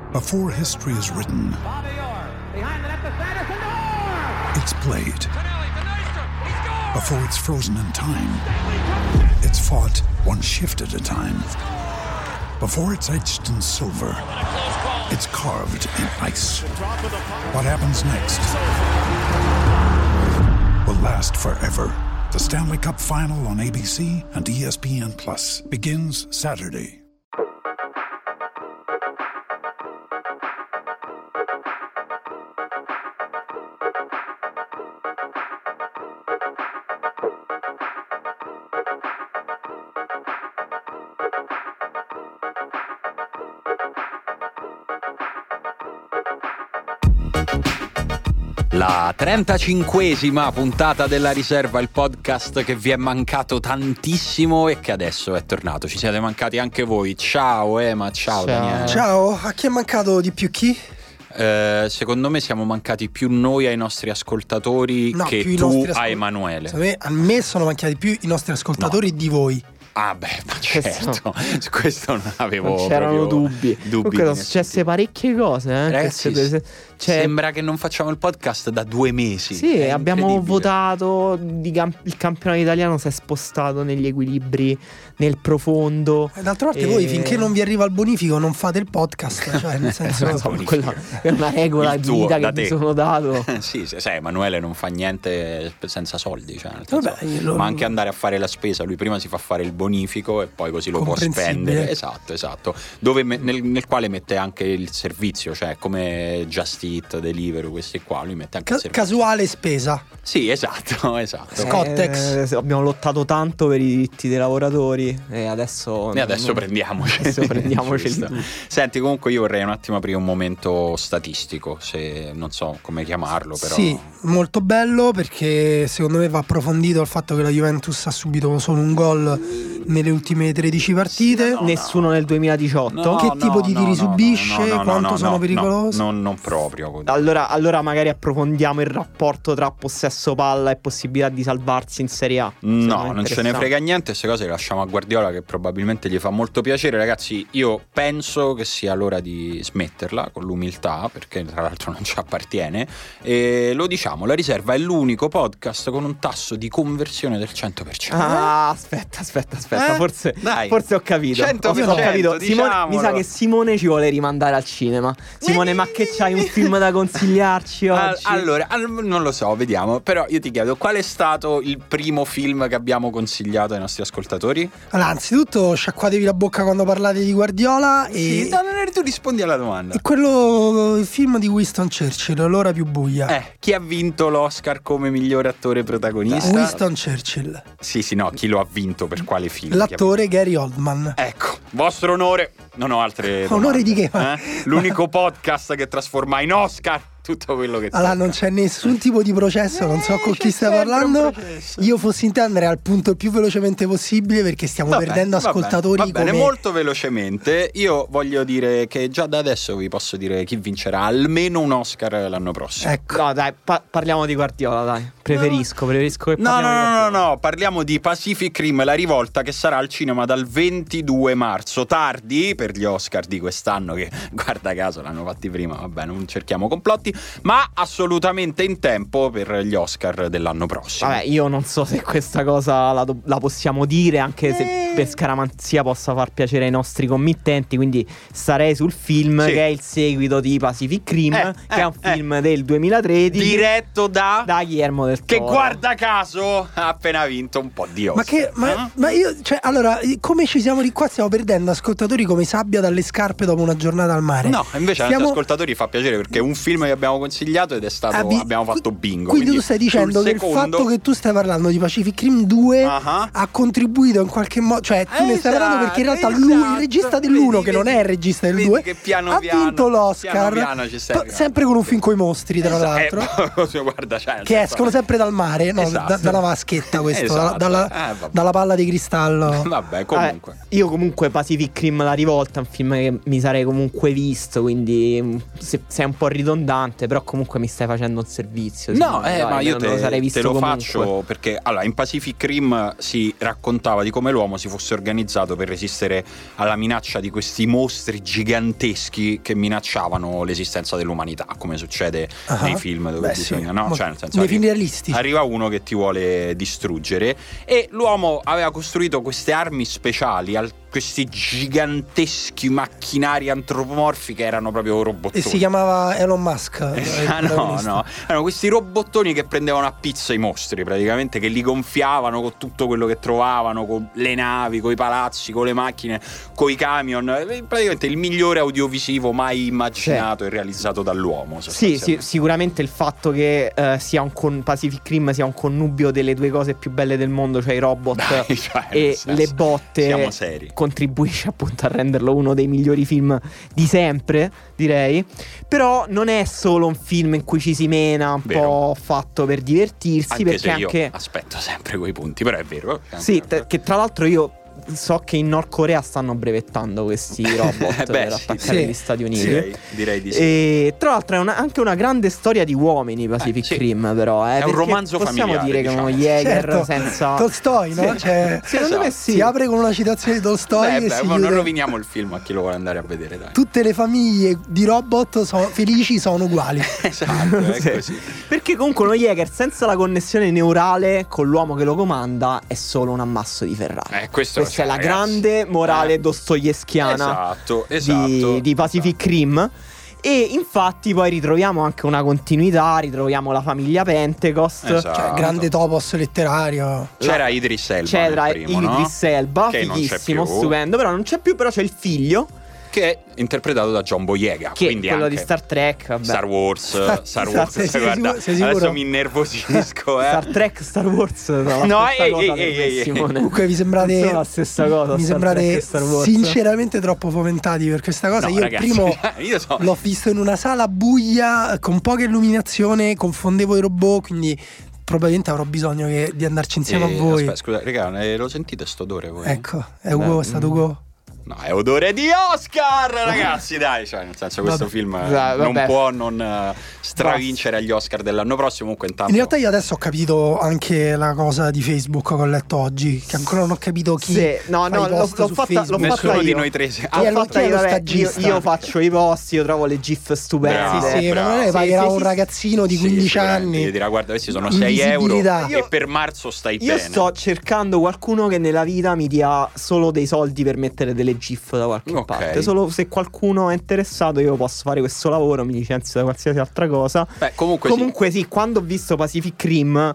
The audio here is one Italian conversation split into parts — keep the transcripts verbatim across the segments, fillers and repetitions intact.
Before history is written, it's played. Before it's frozen in time, it's fought one shift at a time. Before it's etched in silver, it's carved in ice. What happens next will last forever. The Stanley Cup Final on A B C and E S P N Plus begins Saturday. La trentacinquesima puntata della Riserva, il podcast che vi è mancato tantissimo e che adesso è tornato. Ci siete mancati anche voi. Ciao Ema, ciao, ciao. Daniele. Ciao, a chi è mancato di più chi? Eh, secondo me siamo mancati più noi ai nostri ascoltatori no, che tu ascol- a Emanuele. Me, a me sono mancati più i nostri ascoltatori no. di voi. Ah beh, ma certo, su questo non avevo non c'erano dubbi. dubbi Comunque sono successe parecchie cose, eh, Ragazzi, queste, cioè, sembra che non facciamo il podcast da due mesi. Sì, abbiamo votato di camp- il campionato italiano si è spostato negli equilibri, nel profondo. E d'altra parte e... voi finché non vi arriva il bonifico non fate il podcast, cioè nel senso so, quella è una regola di vita che mi sono dato. Sì, sì, sai, Emanuele non fa niente senza soldi, cioè, nel Vabbè, senso, lo... ma anche andare a fare la spesa, lui prima si fa fare il bonifico e poi così lo può spendere. Esatto, esatto. Dove me, nel, nel quale mette anche il servizio, cioè come Just Eat, Deliveroo, questi qua, lui mette anche Ca- il servizio. Casuale spesa. Sì, esatto, esatto. Scottex. Eh, abbiamo lottato tanto per i diritti dei lavoratori e adesso e adesso non... prendiamoci. Adesso prendiamoceli. Senti, comunque io vorrei un attimo aprire un momento statistico, se non so come chiamarlo, però. Sì, molto bello perché secondo me va approfondito il fatto che la Juventus ha subito solo un gol nelle ultime tredici partite. No, nessuno no. nel duemiladiciotto. No, che tipo no, di no, tiri no, subisce? no, no, no, quanto no, sono no, pericolosi? No, no, non proprio. Allora, allora magari approfondiamo il rapporto tra possesso palla e possibilità di salvarsi in Serie A. No, non ce ne frega niente, queste cose le lasciamo a Guardiola che probabilmente gli fa molto piacere. Ragazzi, io penso che sia l'ora di smetterla con l'umiltà, perché tra l'altro non ci appartiene, e lo diciamo, La Riserva è l'unico podcast con un tasso di conversione del cento per cento. Ah, aspetta, aspetta, aspetta, eh? forse, Dai. forse ho capito. cento per cento, ho capito. Simone, mi sa che Simone ci vuole rimandare al cinema. Simone, ma che c'hai un film da consigliarci oggi? Allora, non lo so, vediamo. Però io ti chiedo, qual è stato il primo film che abbiamo consigliato ai nostri ascoltatori? Allora, anzitutto sciacquatevi la bocca quando parlate di Guardiola. Sì, e... no, no, tu rispondi alla domanda. E quello, il film di Winston Churchill, L'ora più buia. Eh, chi ha vinto l'Oscar come miglior attore protagonista? Winston Churchill. Sì, sì, no, chi lo ha vinto per quale film? L'attore Gary Oldman. Ecco, vostro onore. Non ho altre domande. Onore di che? Eh? L'unico podcast che trasforma in Oscar tutto quello che allora tocca. Non c'è nessun tipo di processo, non so eh, con chi stai parlando. Io fossi in te andrei al punto il più velocemente possibile perché stiamo va perdendo bene, ascoltatori. Va bene, va bene come... molto velocemente. Io voglio dire che già da adesso vi posso dire chi vincerà almeno un Oscar l'anno prossimo. Ecco. No, dai, pa- parliamo di Guardiola, dai. Preferisco, no. preferisco che No, no, no, no, no, no, parliamo di Pacific Rim, la rivolta, che sarà al cinema dal ventidue marzo, tardi per gli Oscar di quest'anno, che guarda caso l'hanno fatti prima, vabbè, non cerchiamo complotti, ma assolutamente in tempo per gli Oscar dell'anno prossimo. Vabbè, io non so se questa cosa la, do- la possiamo dire, anche se eh. per scaramanzia possa far piacere ai nostri committenti, quindi starei sul film sì. che è il seguito di Pacific Rim, eh, che eh, è un film eh. del duemilatredici diretto da da Guillermo del Toro, che guarda caso ha appena vinto un po' di Oscar. Ma che ma, eh? ma io, cioè, allora, come ci siamo di qua? Stiamo perdendo ascoltatori come sabbia dalle scarpe dopo una giornata al mare. No, invece Stiamo... ai nostri ascoltatori fa piacere perché è un film che abbiamo consigliato ed è stato Abbi... abbiamo fatto bingo. Quindi, quindi tu stai dicendo che secondo... il fatto che tu stai parlando di Pacific Rim due uh-huh. ha contribuito in qualche modo, cioè tu esatto, ne stai parlando perché in realtà esatto. lui, il regista dell'uno, che non è il regista del due, che piano ha piano, vinto l'Oscar piano piano ci stai p- sempre con un film coi mostri, tra esatto. l'altro eh, guarda, cioè, che escono sempre dal mare, no? esatto. da, dalla vaschetta questo, esatto. dalla, dalla, eh, dalla palla di cristallo. Vabbè, comunque eh, io comunque Pacific Rim la rivolta volte è un film che mi sarei comunque visto, quindi se, sei un po' ridondante, però comunque mi stai facendo un servizio. No, eh, dai, ma io te, te, lo, sarei visto te lo comunque. faccio perché allora in Pacific Rim si raccontava di come l'uomo si fosse organizzato per resistere alla minaccia di questi mostri giganteschi che minacciavano l'esistenza dell'umanità, come succede uh-huh. nei film dove Beh, bisogna, sì. no? Ma Cioè, nel senso, nei arri- film realistici. arriva uno che ti vuole distruggere e l'uomo aveva costruito queste armi speciali, al- questi giganteschi macchinari antropomorfi che erano proprio robottoni. E si chiamava Elon Musk. Ah, no, no, erano questi robottoni che prendevano a pizza i mostri, praticamente, che li gonfiavano con tutto quello che trovavano, con le navi, con i palazzi, con le macchine, con i camion. Praticamente il migliore audiovisivo mai immaginato sì. e realizzato dall'uomo. Sì, sì, sicuramente il fatto che uh, sia un con- Pacific Rim sia un connubio delle due cose più belle del mondo, cioè i robot Dai, cioè, e senso, le botte. Siamo seri. Contribuisce appunto a renderlo uno dei migliori film di sempre, direi. Però non è solo un film in cui ci si mena un vero. po' fatto per divertirsi, anche perché se io anche aspetto sempre quei punti, però è vero. Sì, t- che tra l'altro io so che in Nord Corea stanno brevettando questi robot Beh, per sì, attaccare sì. gli Stati Uniti. Direi, direi di sì. E tra l'altro è una, anche una grande storia di uomini Pacific eh, sì. Rim, però eh, è un romanzo possiamo familiare, dire diciamo. che uno Jäger Certo. senza Tolstoi, no? Sì. Cioè, secondo esatto. me sì. si apre con una citazione di Tolstoi beh, e beh, si ma chiude. non roviniamo il film a chi lo vuole andare a vedere, dai. Tutte le famiglie di robot sono felici, sono uguali. Esatto, è Sì. così. Perché comunque uno Jäger senza la connessione neurale con l'uomo che lo comanda è solo un ammasso di Ferrari. Eh, questo, Questa cioè, è la ragazzi, grande morale eh. dostoevskiana Esatto, esatto, di, di Pacific esatto. Rim. E infatti poi ritroviamo anche una continuità, ritroviamo la famiglia Pentecost. Esatto. Cioè, grande topos letterario. C'era Idris Elba C'era nel primo, Idris no? Elba, Che non c'è fighissimo, più. stupendo. Però non c'è più, però c'è il figlio, che è interpretato da John Boyega, che è quindi quello anche di Star Trek, vabbè. Star Wars, Star Wars, sei- sei guarda, sicuro- sei sicuro? adesso mi innervosisco, eh. Star Trek, Star Wars sono la No, stessa ehi, cosa ehi, per ehi, me, ehi, ehi. Simone. Comunque vi sembrate Non sono la stessa cosa, mi Star sembrate Trek e Star Wars. sinceramente troppo fomentati per questa cosa. No, Io ragazzi, il primo io so- l'ho visto in una sala buia con poca illuminazione, confondevo i robot, quindi probabilmente avrò bisogno che- di andarci insieme Eh, a voi. Aspetta, scusa, raga, eh, lo sentite sto odore voi? Ecco, è Ugo, è stato Ugo. No, è odore di Oscar, ragazzi, dai, cioè, nel senso questo Vabbè. film eh, Vabbè. non può non eh, stravincere agli Oscar dell'anno prossimo, comunque intanto In realtà io adesso ho capito anche la cosa di Facebook che ho letto oggi, che ancora non ho capito chi Sì, no, fa no, i l'ho, post l'ho su fatta, l'ho Facebook. nessuno fatta di io. noi tre si- Chi Ah, è L'ho lo- fatta chi è io, lo vabbè, io, stagista? io faccio i post, io trovo le gif stupende. Bravo, Sì, sì, ma bravo. non è che Sì, pagherà sì, un sì. ragazzino di Sì, quindici sicuramente, anni. gli dirà guarda questi sono sei euro Invisibilità. e per marzo stai Io bene. sto cercando qualcuno che nella vita mi dia solo dei soldi per mettere delle gif da qualche Ok. parte. Solo se qualcuno è interessato io posso fare questo lavoro, mi licenzio da qualsiasi altra cosa. Beh, comunque, Comunque sì, quando ho visto Pacific Rim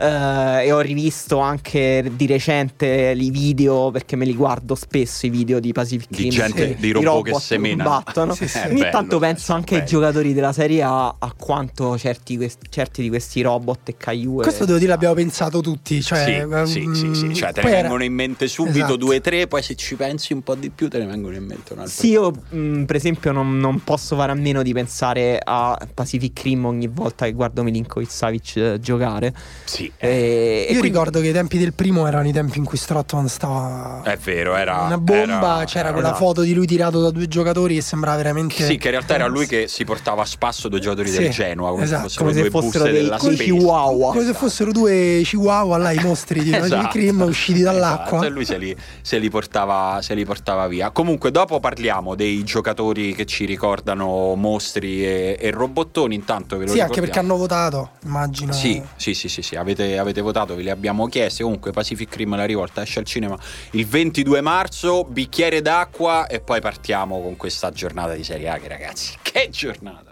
eh, e ho rivisto anche di recente i video, perché me li guardo spesso i video di Pacific Di Rim, gente- sì, di i robot che semena. combattono. Sì, sì. È Ogni bello, tanto penso sono anche ai belli. giocatori della Serie A a quanto certi, quest- certi di questi robot e Caillou Questo devo dire l'abbiamo pensato tutti, cioè, sì, sì, sì, sì, cioè te ne poi era- vengono in mente subito Esatto. due o tre, poi se ci pensi un po' di più te ne vengono in mente un altro. Sì, io mh, per esempio non, non posso fare a meno di pensare a Pacific Rim ogni volta che guardo Milinkovic Savic eh, giocare. Sì, E, e Io quindi- ricordo che i tempi del primo erano i tempi in cui Strottman stava è vero, era una bomba, era- c'era era- quella foto di lui tirato da due giocatori che sembrava veramente Sì, che in realtà era lui che si portava a spasso due giocatori Sì, del Genoa, come esatto. se fossero come se due fossero buste dei, della dei Space. chihuahua. come se fossero due chihuahua là, i mostri di Pacific Esatto. Rim usciti dall'acqua. Esatto, e lui se li, se li portava, se li portava via. Comunque dopo parliamo dei giocatori che ci ricordano mostri e, e robottoni. Intanto ve lo Sì, anche ricordiamo. perché hanno votato, immagino. Sì, sì, sì, sì, sì. Avete, avete votato, ve li abbiamo chiesti. Comunque Pacific Rim la rivolta esce al cinema il ventidue marzo, bicchiere d'acqua e poi partiamo con questa giornata di Serie A che ragazzi, che giornata!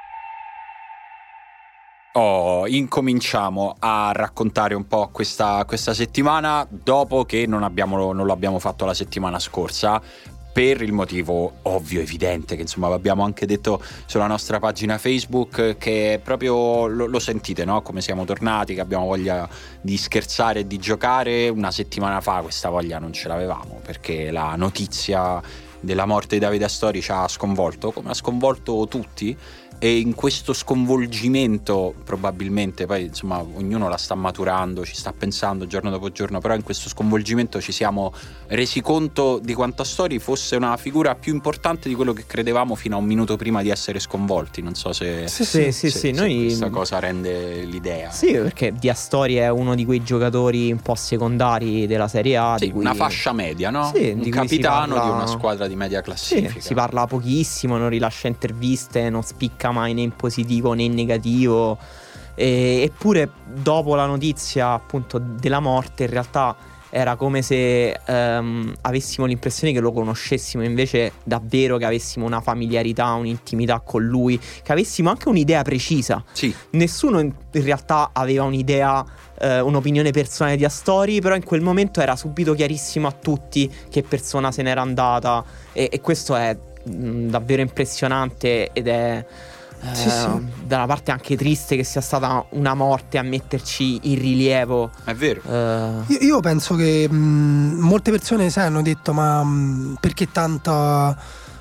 Oh, incominciamo a raccontare un po' questa, questa settimana dopo che non, abbiamo, non l'abbiamo fatto la settimana scorsa, per il motivo ovvio, evidente, che insomma abbiamo anche detto sulla nostra pagina Facebook, che proprio lo, lo sentite, no? Come siamo tornati, che abbiamo voglia di scherzare e di giocare. Una settimana fa questa voglia non ce l'avevamo, perché la notizia della morte di Davide Astori ci ha sconvolto, come ha sconvolto tutti, e in questo sconvolgimento probabilmente, poi insomma ognuno la sta maturando, ci sta pensando giorno dopo giorno, però in questo sconvolgimento ci siamo resi conto di quanto Astori fosse una figura più importante di quello che credevamo fino a un minuto prima di essere sconvolti. Non so se, sì, sì, sì, se, sì, se noi... questa cosa rende l'idea. Sì, perché Di Astori è uno di quei giocatori un po' secondari della Serie A, sì, di cui... una fascia media, no? Sì, un di capitano parla... di una squadra di media classifica. Sì, si parla pochissimo, non rilascia interviste, non spicca mai né in positivo né in negativo, e, eppure dopo la notizia appunto della morte in realtà era come se um, avessimo l'impressione che lo conoscessimo invece davvero, che avessimo una familiarità, un'intimità con lui, che avessimo anche un'idea precisa. Sì. Nessuno in, in realtà aveva un'idea, eh, un'opinione personale di Astori, però in quel momento era subito chiarissimo a tutti che persona se n'era andata, e, e questo è mh, davvero impressionante, ed è eh, Sì, sì. dalla parte anche triste che sia stata una morte a metterci in rilievo. È vero. eh, Io, io penso che mh, molte persone sai, hanno detto ma mh, perché tanta,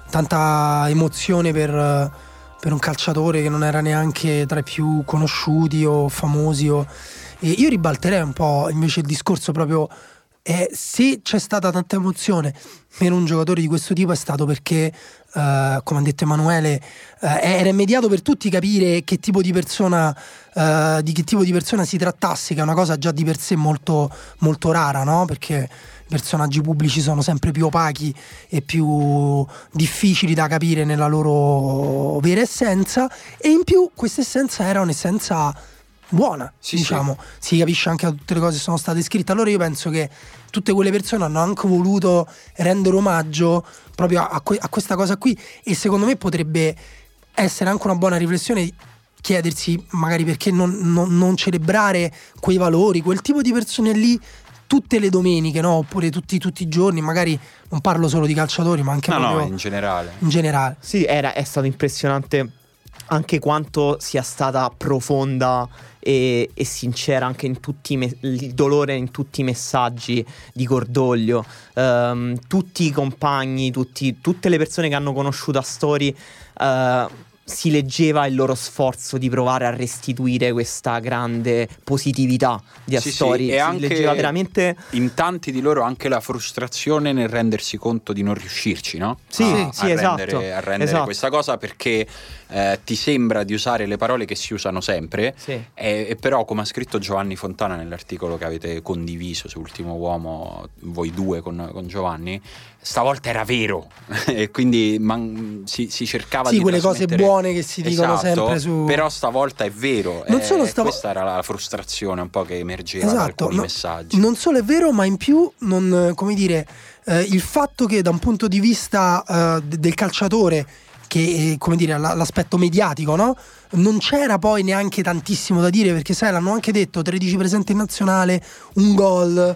tanta emozione per, per un calciatore che non era neanche tra i più conosciuti o famosi o... E io ribalterei un po' invece il discorso proprio, eh, se c'è stata tanta emozione per un giocatore di questo tipo è stato perché Uh, come ha detto Emanuele, uh, era immediato per tutti capire che tipo di persona uh, di che tipo di persona si trattasse, che è una cosa già di per sé molto, molto rara, no? Perché i personaggi pubblici sono sempre più opachi e più difficili da capire nella loro vera essenza, e in più questa essenza era un'essenza buona, sì, diciamo, sì. Si capisce anche da tutte le cose che sono state scritte. Allora io penso che tutte quelle persone hanno anche voluto rendere omaggio proprio a, a, que- a questa cosa qui, e secondo me potrebbe essere anche una buona riflessione chiedersi magari perché non, non, non celebrare quei valori, quel tipo di persone lì tutte le domeniche, no? Oppure tutti, tutti i giorni, magari non parlo solo di calciatori ma anche no, proprio no, in generale. in generale. Sì, era, è stato impressionante anche quanto sia stata profonda e, e sincera anche in tutti i me- il dolore in tutti i messaggi di cordoglio. Um, tutti i compagni, tutti, tutte le persone che hanno conosciuto Astori, uh, si leggeva il loro sforzo di provare a restituire questa grande positività di Sì, Astori. sì, e si anche leggeva veramente in tanti di loro anche la frustrazione nel rendersi conto di non riuscirci, no? Sì, a, sì, a esatto, rendere, a rendere esatto. questa cosa, perché eh, ti sembra di usare le parole che si usano sempre, sì. e, e però, come ha scritto Giovanni Fontana nell'articolo che avete condiviso su Ultimo Uomo, voi due con, con Giovanni, stavolta era vero e quindi man, si, si cercava sì, di quelle cose buone che si dicono esatto, sempre su... però stavolta è vero. Non eh, solo stavo... questa era la frustrazione un po' che emergeva esatto, da alcuni no, messaggi. Non solo è vero, ma in più non, come dire, eh, il fatto che da un punto di vista eh, del calciatore, che come dire l'aspetto mediatico, no? Non c'era poi neanche tantissimo da dire, perché sai, l'hanno anche detto, tredici presenti in nazionale, un gol,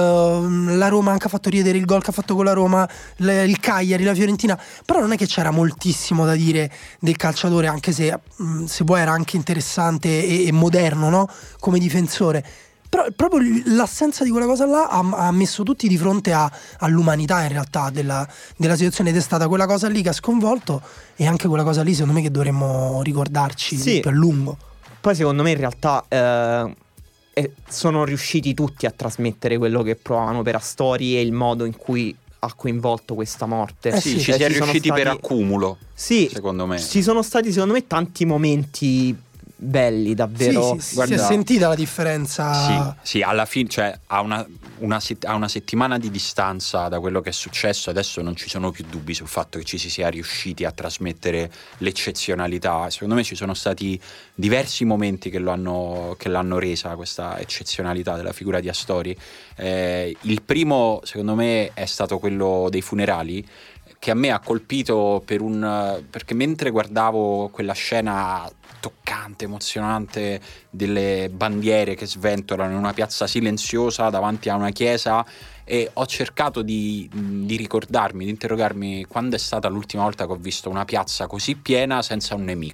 uh, la Roma anche ha fatto rivedere il gol che ha fatto con la Roma, le, il Cagliari, la Fiorentina, però non è che c'era moltissimo da dire del calciatore, anche se mh, se vuoi era anche interessante e, e moderno, no? Come difensore. Però proprio l'assenza di quella cosa là ha, ha messo tutti di fronte a, all'umanità in realtà della, della situazione, ed è stata quella cosa lì che ha sconvolto, e anche quella cosa lì secondo me che dovremmo ricordarci sì. più a lungo. Poi secondo me in realtà eh, eh, sono riusciti tutti a trasmettere quello che provavano per Astori e il modo in cui ha coinvolto questa morte. Eh sì, sì, ci eh, si è ci sono riusciti stati... per accumulo, sì, secondo me. Ci sono stati secondo me tanti momenti belli, davvero. Sì, sì, Guarda, si è sentita la differenza. Sì, sì, alla fine, cioè a una, una, a una settimana di distanza da quello che è successo, adesso non ci sono più dubbi sul fatto che ci si sia riusciti a trasmettere l'eccezionalità. Secondo me ci sono stati diversi momenti che, lo hanno, che l'hanno resa, questa eccezionalità della figura di Astori. Eh, il primo, secondo me, è stato quello dei funerali, che a me ha colpito per un perché mentre guardavo quella scena toccante, emozionante delle bandiere che sventolano in una piazza silenziosa davanti a una chiesa, e ho cercato di, di ricordarmi, di interrogarmi quando è stata l'ultima volta che ho visto una piazza così piena senza un nemico.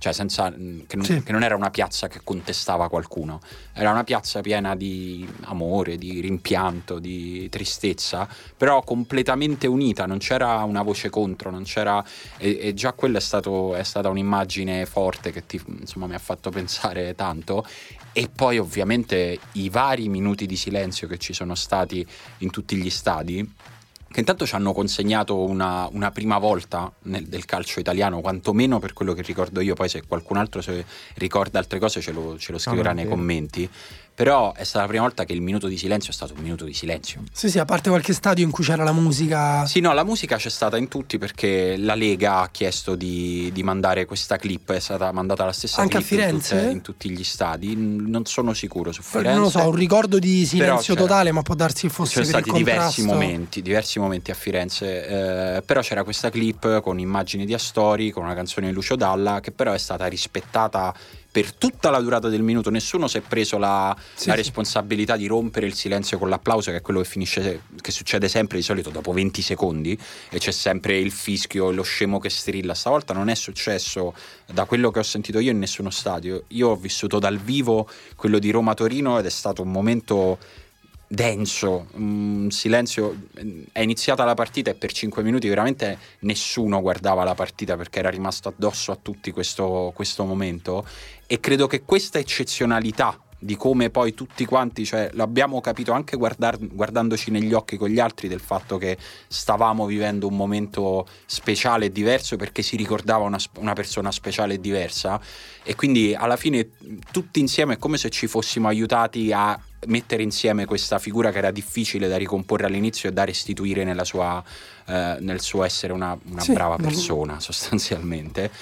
cioè senza che non, Sì. che non era una piazza che contestava qualcuno, era una piazza piena di amore, di rimpianto, di tristezza, però completamente unita, non c'era una voce contro, non c'era e, e già quella è stato è stata un'immagine forte che ti, insomma, mi ha fatto pensare tanto. E poi ovviamente i vari minuti di silenzio che ci sono stati in tutti gli stadi, che intanto ci hanno consegnato una, una prima volta nel, del calcio italiano, quantomeno per quello che ricordo io, poi se qualcun altro se ricorda altre cose ce lo, ce lo scriverà no, nei vero. commenti, però è stata la prima volta che il minuto di silenzio è stato un minuto di silenzio. Sì, sì, a parte qualche stadio in cui c'era la musica. Sì, no, la musica c'è stata in tutti perché la Lega ha chiesto di, di mandare questa clip, è stata mandata la stessa Anche a clip in, Firenze? tutte- in tutti gli stadi, non sono sicuro su Firenze. Non lo so, un ricordo di silenzio c'era- totale, ma può darsi che fosse Ci sono per stati il diversi contrasto. momenti, diversi momenti a Firenze, eh, però c'era questa clip con immagini di Astori, con una canzone di Lucio Dalla, che però è stata rispettata per tutta la durata del minuto. Nessuno si è preso la, Sì, la sì. responsabilità di rompere il silenzio con l'applauso, che è quello che finisce, che succede sempre di solito dopo venti secondi, e c'è sempre il fischio e lo scemo che strilla. Stavolta non è successo, da quello che ho sentito io, in nessuno stadio. Io ho vissuto dal vivo quello di Roma-Torino ed è stato un momento denso, un silenzio. È iniziata la partita e per cinque minuti veramente nessuno guardava la partita perché era rimasto addosso a tutti questo, questo momento, e credo che questa eccezionalità di come poi tutti quanti, cioè l'abbiamo capito anche guardar, guardandoci negli occhi con gli altri, del fatto che stavamo vivendo un momento speciale e diverso perché si ricordava una, una persona speciale e diversa, e quindi alla fine tutti insieme è come se ci fossimo aiutati a mettere insieme questa figura che era difficile da ricomporre all'inizio e da restituire nella sua, eh, nel suo essere una, una Sì, brava non- persona sostanzialmente,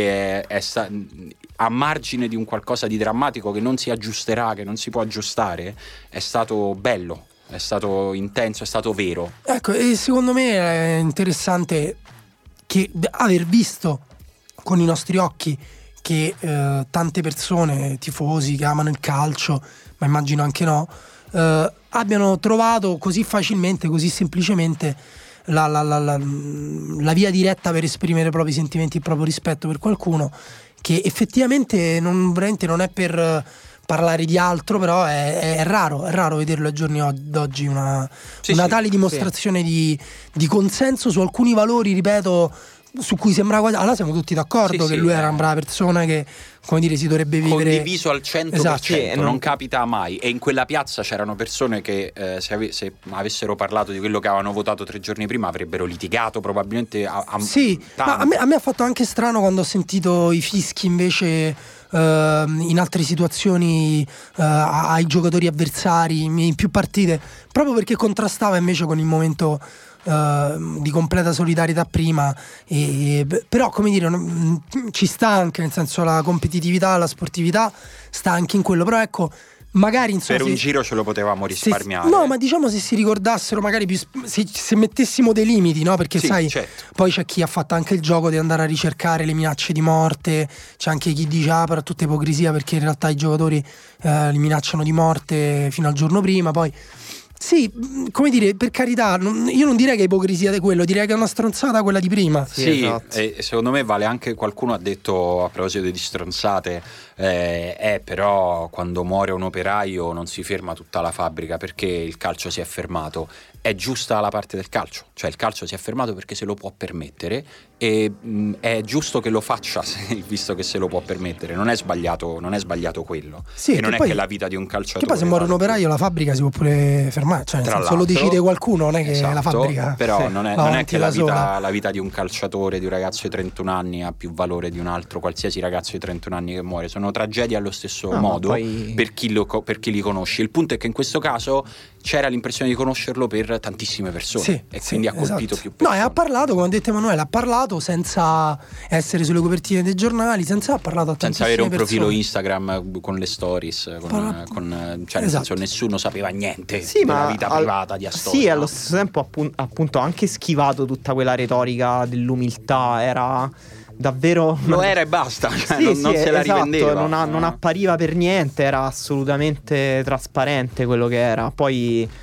e è sta- a margine di un qualcosa di drammatico che non si aggiusterà, che non si può aggiustare. È stato bello, è stato intenso, è stato vero. Ecco, e secondo me è interessante che aver visto con i nostri occhi che eh, tante persone, tifosi che amano il calcio, ma immagino anche no, eh, abbiano trovato così facilmente, così semplicemente la, la, la, la, la via diretta per esprimere i propri sentimenti, il proprio rispetto per qualcuno, che effettivamente non, veramente non è per eh, parlare di altro, però è, è raro, è raro vederlo ai giorni d'oggi una, Sì, una sì, tale dimostrazione di, di consenso su alcuni valori, ripeto, su cui sembrava quasi. Allora siamo tutti d'accordo Sì, che sì, lui era eh. una brava persona, che, come dire, si dovrebbe vivere Condiviso al cento per cento, Esatto, non, non- capita mai. E in quella piazza c'erano persone che eh, se, ave- se avessero parlato di quello che avevano votato tre giorni prima avrebbero litigato probabilmente a, a Sì, tanto. ma a me, a me ha fatto anche strano quando ho sentito i fischi invece eh, in altre situazioni eh, ai giocatori avversari in più partite, proprio perché contrastava invece con il momento eh, di completa solidarietà prima. E, beh, però, come dire, non- ci sta anche, nel senso, la competitività, la sportività sta anche in quello, però ecco, magari insomma, Per un se- giro ce lo potevamo se- risparmiare. no, ma diciamo, se si ricordassero magari più, sp- se, se mettessimo dei limiti, no? Perché Sì, sai, certo. poi c'è chi ha fatto anche il gioco di andare a ricercare le minacce di morte, c'è anche chi dice ah, però tutta ipocrisia, perché in realtà i giocatori eh, li minacciano di morte fino al giorno prima. Poi sì, mh, come dire, per carità, non- io non direi che è ipocrisia di quello, direi che è una stronzata quella di prima. Sì, Sì, esatto. e secondo me vale anche, qualcuno ha detto a proposito di stronzate, eh, eh, però quando muore un operaio non si ferma tutta la fabbrica perché il calcio si è fermato. È giusta la parte del calcio, cioè il calcio si è fermato perché se lo può permettere, e mh, è giusto che lo faccia se- visto che se lo può permettere. Non è sbagliato, non è sbagliato quello. Sì, e che non è poi- che la vita di un calciatore Che poi se muore un vale- operaio la fabbrica si può pure fermare, cioè nel Tra senso lo l'altro, decide qualcuno, non è che la esatto, fabbrica però sì, non è, va non è avanti che la da sola. vita, la vita di un calciatore, di un ragazzo di trentuno anni ha più valore di un altro qualsiasi ragazzo di trentuno anni che muore. Sono tragedie allo stesso No, ma modo poi- per, chi lo, co- per chi li conosce. Il punto è che in questo caso c'era l'impressione di conoscerlo per tantissime persone, Sì, e sì, quindi ha colpito esatto. più No, persone. e ha parlato, come ha detto Emanuele, ha parlato senza essere sulle copertine dei giornali, senza ha parlato a senza tantissime avere un persone. profilo Instagram con le stories, con, Parla- con, cioè nel Esatto. senso nessuno sapeva niente Sì, della ma vita al- privata di Astori. Sì, allo no? stesso tempo appun- appunto ha anche schivato tutta quella retorica dell'umiltà, era davvero Lo era e basta, cioè Sì, non, sì, non se la esatto, rivendeva. non, ha- non no? appariva per niente, era assolutamente trasparente quello che era. Poi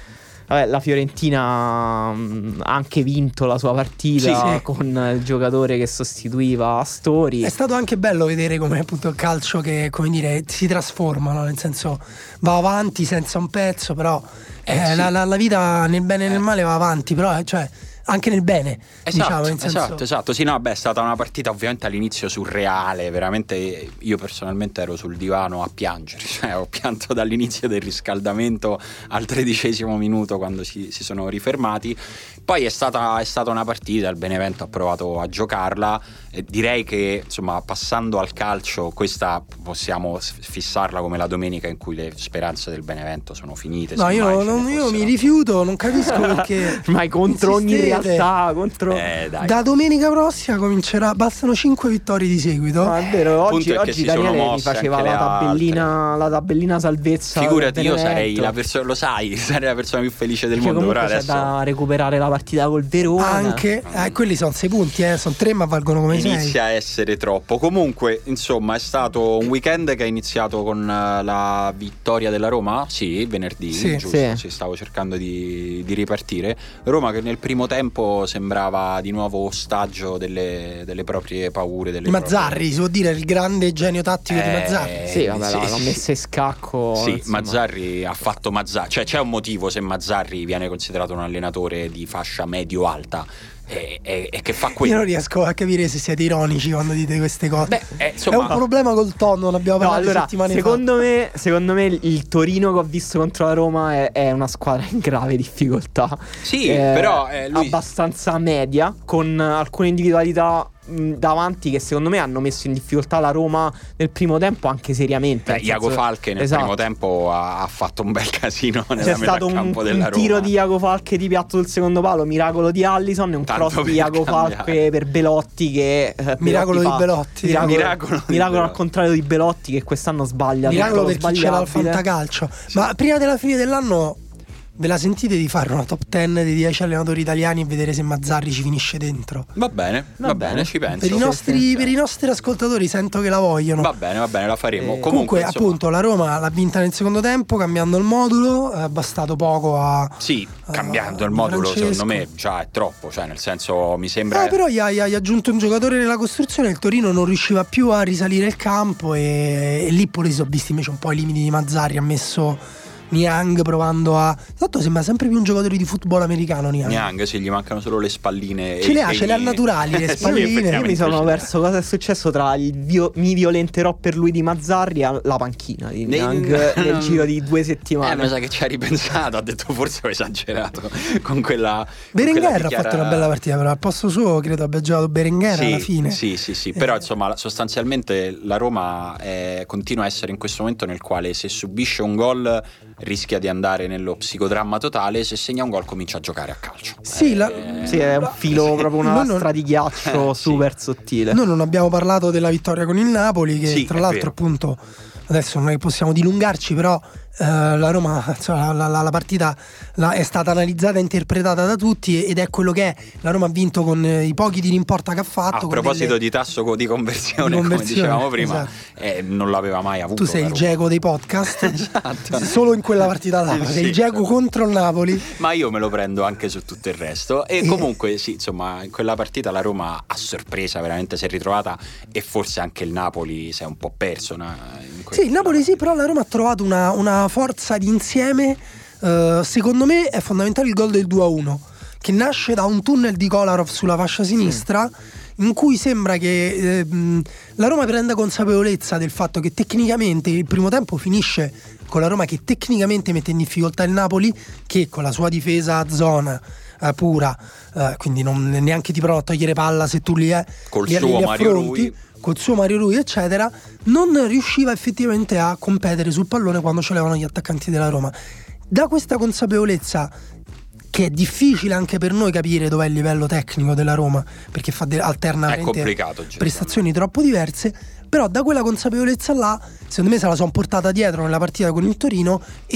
vabbè, la Fiorentina mh, ha anche vinto la sua partita sì, sì. con il giocatore che sostituiva Astori. È stato anche bello vedere come appunto il calcio che, come dire, si trasforma, no? Nel senso va avanti senza un pezzo, però eh, Eh, sì. la, la, la vita nel bene e nel male va avanti, però eh, cioè anche nel bene, Esatto, diciamo, nel senso... esatto, esatto. Sì, no, beh, è stata una partita ovviamente all'inizio surreale, veramente. Io personalmente ero sul divano a piangere, cioè ho pianto dall'inizio del riscaldamento al tredicesimo minuto quando si, si sono rifermati. Poi è stata, è stata una partita, il Benevento ha provato a giocarla, e direi che insomma, passando al calcio, questa possiamo fissarla come la domenica in cui le speranze del Benevento sono finite. No, io, non, io mi rifiuto, non capisco perché ormai contro ogni insistete. realtà, contro Eh, dai. Da domenica prossima comincerà, bastano cinque vittorie di seguito. No, è vero, Il oggi, punto è che oggi si sono Daniele mi mosse faceva anche la le tabellina, la tabellina salvezza. Figurati, del io Benevento. sarei la persona, lo sai, sarei la persona più felice del Perché mondo. Però comunque c'è adesso da recuperare la partita col Verona. Anche, eh, quelli sono sei punti, eh, sono tre ma valgono come sei. inizia a essere troppo. Comunque, insomma, è stato un weekend che è iniziato con uh, la vittoria della Roma. Sì, venerdì, Sì. giusto? Sì. Sì, stavo cercando di, di ripartire. Roma che nel primo tempo sembrava di nuovo ostaggio delle, delle proprie paure. Delle Mazzarri, proprie... si può dire il grande genio tattico di Eh, Mazzarri. Sì, vabbè, sì, l'ha, l'ha sì. messa in scacco. Sì, insomma. Mazzarri ha fatto Mazzarri, cioè c'è un motivo se Mazzarri viene considerato un allenatore di fascia medio-alta e, e, e che fa Io quello. non riesco a capire se siete ironici quando dite queste cose. Beh, eh, È insomma, un problema col tonno, ne abbiamo No, parlato allora, settimane secondo me, secondo me il Torino che ho visto contro la Roma è, è una squadra in grave difficoltà. Sì, però, eh, lui- abbastanza media, con alcune individualità mh, davanti che secondo me hanno messo in difficoltà la Roma nel primo tempo anche seriamente. Beh, nel Iago senso- Falche nel esatto. primo tempo ha, ha fatto un bel casino nella C'è metà stato un, campo un della Roma. tiro di Iago Falche di piatto sul secondo palo, miracolo di Allison, e un Tanto cross per di Iago cambiare. Falche per Belotti che eh, Miracolo Belotti di fa- Belotti. Miracolo, Miracolo di miracolo al Belotti. contrario di Belotti che quest'anno sbaglia Miracolo tutto per chi ce l'ha al sbagliabile. fantacalcio. Ma prima della fine dell'anno ve la sentite di fare una top dieci dei dieci allenatori italiani e vedere se Mazzarri ci finisce dentro? Va bene, va, Va bene, bene. ci penso. Per i, nostri, per i nostri ascoltatori sento che la vogliono. Va bene, va bene, la faremo. Eh, Comunque, Comunque, insomma, appunto, la Roma l'ha vinta nel secondo tempo cambiando il modulo. È bastato poco a. sì, cambiando a il modulo, Francesco. secondo me già è troppo. Cioè, nel senso, mi sembra. Eh, però gli ha, gli ha- gli ha aggiunto un giocatore nella costruzione. Il Torino non riusciva più a risalire il campo. E, e lì pure si sono visti invece un po' i limiti di Mazzarri. Ha messo Niang provando a. Tanto sembra sempre più un giocatore di football americano. Niang, Niang, sì, gli mancano solo le spalline. Ce e le i ha, ce le ha segni. naturali, le Sì, spalline. Io mi effettivamente sono ce le ha. perso cosa è successo tra il vio- mi violenterò per lui di Mazzarri e la panchina di Nei- Niang nel giro di due Eh, settimane. mi sa che ci ha ripensato, ha detto forse ho esagerato con quella. con Berenguer quella ha dichiara- fatto una bella partita, però al posto suo credo abbia giocato Berenguer Sì, alla fine. sì, sì, sì. Però Eh. insomma sostanzialmente la Roma eh, continua a essere in questo momento nel quale se subisce un gol rischia di andare nello psicodramma totale, se segna un gol comincia a giocare a calcio. Sì, la- Eh, Sì, è un filo, sì. proprio una Noi non- lastra di ghiaccio Eh, sì. super sottile. Noi non abbiamo parlato della vittoria con il Napoli, che Sì, tra è l'altro vero. appunto adesso non è che possiamo dilungarci, però eh, la Roma, insomma, la, la- la partita la- è stata analizzata e interpretata da tutti ed è quello che è. La Roma ha vinto con eh, i pochi tiri in porta che ha fatto. A con proposito delle- di tasso co- di conversione, Di come conversione, dicevamo prima, esatto. eh, non l'aveva mai avuto. Tu sei la il Roma. Geco dei podcast. Esatto. Solo in quella partita là, Sì. sei il Geco contro il Napoli. Ma io me lo prendo anche su tutto il resto. E Eh. comunque, sì, insomma, in quella partita la Roma a sorpresa veramente si è ritrovata. E forse anche il Napoli si è un po' perso. na- in que- Sì, il Napoli sì, però la Roma ha trovato una, una forza di insieme. eh, secondo me è fondamentale il gol del due a uno, che nasce da un tunnel di Kolarov sulla fascia sinistra, in cui sembra che eh, mh, la Roma prenda consapevolezza del fatto che tecnicamente il primo tempo finisce con la Roma che tecnicamente mette in difficoltà il Napoli, che con la sua difesa a zona eh, pura, eh, quindi non neanche ti prova a togliere palla se tu li, eh, Col li, suo li Mario affronti, Rui. col suo Mario Rui eccetera, non riusciva effettivamente a competere sul pallone quando ce l'avevano gli attaccanti della Roma. Da questa consapevolezza, che è difficile anche per noi capire dov'è il livello tecnico della Roma, perché fa de- alterna È veramente complicato, Gerardo. prestazioni troppo diverse, però da quella consapevolezza là secondo me se la sono portata dietro nella partita con il Torino e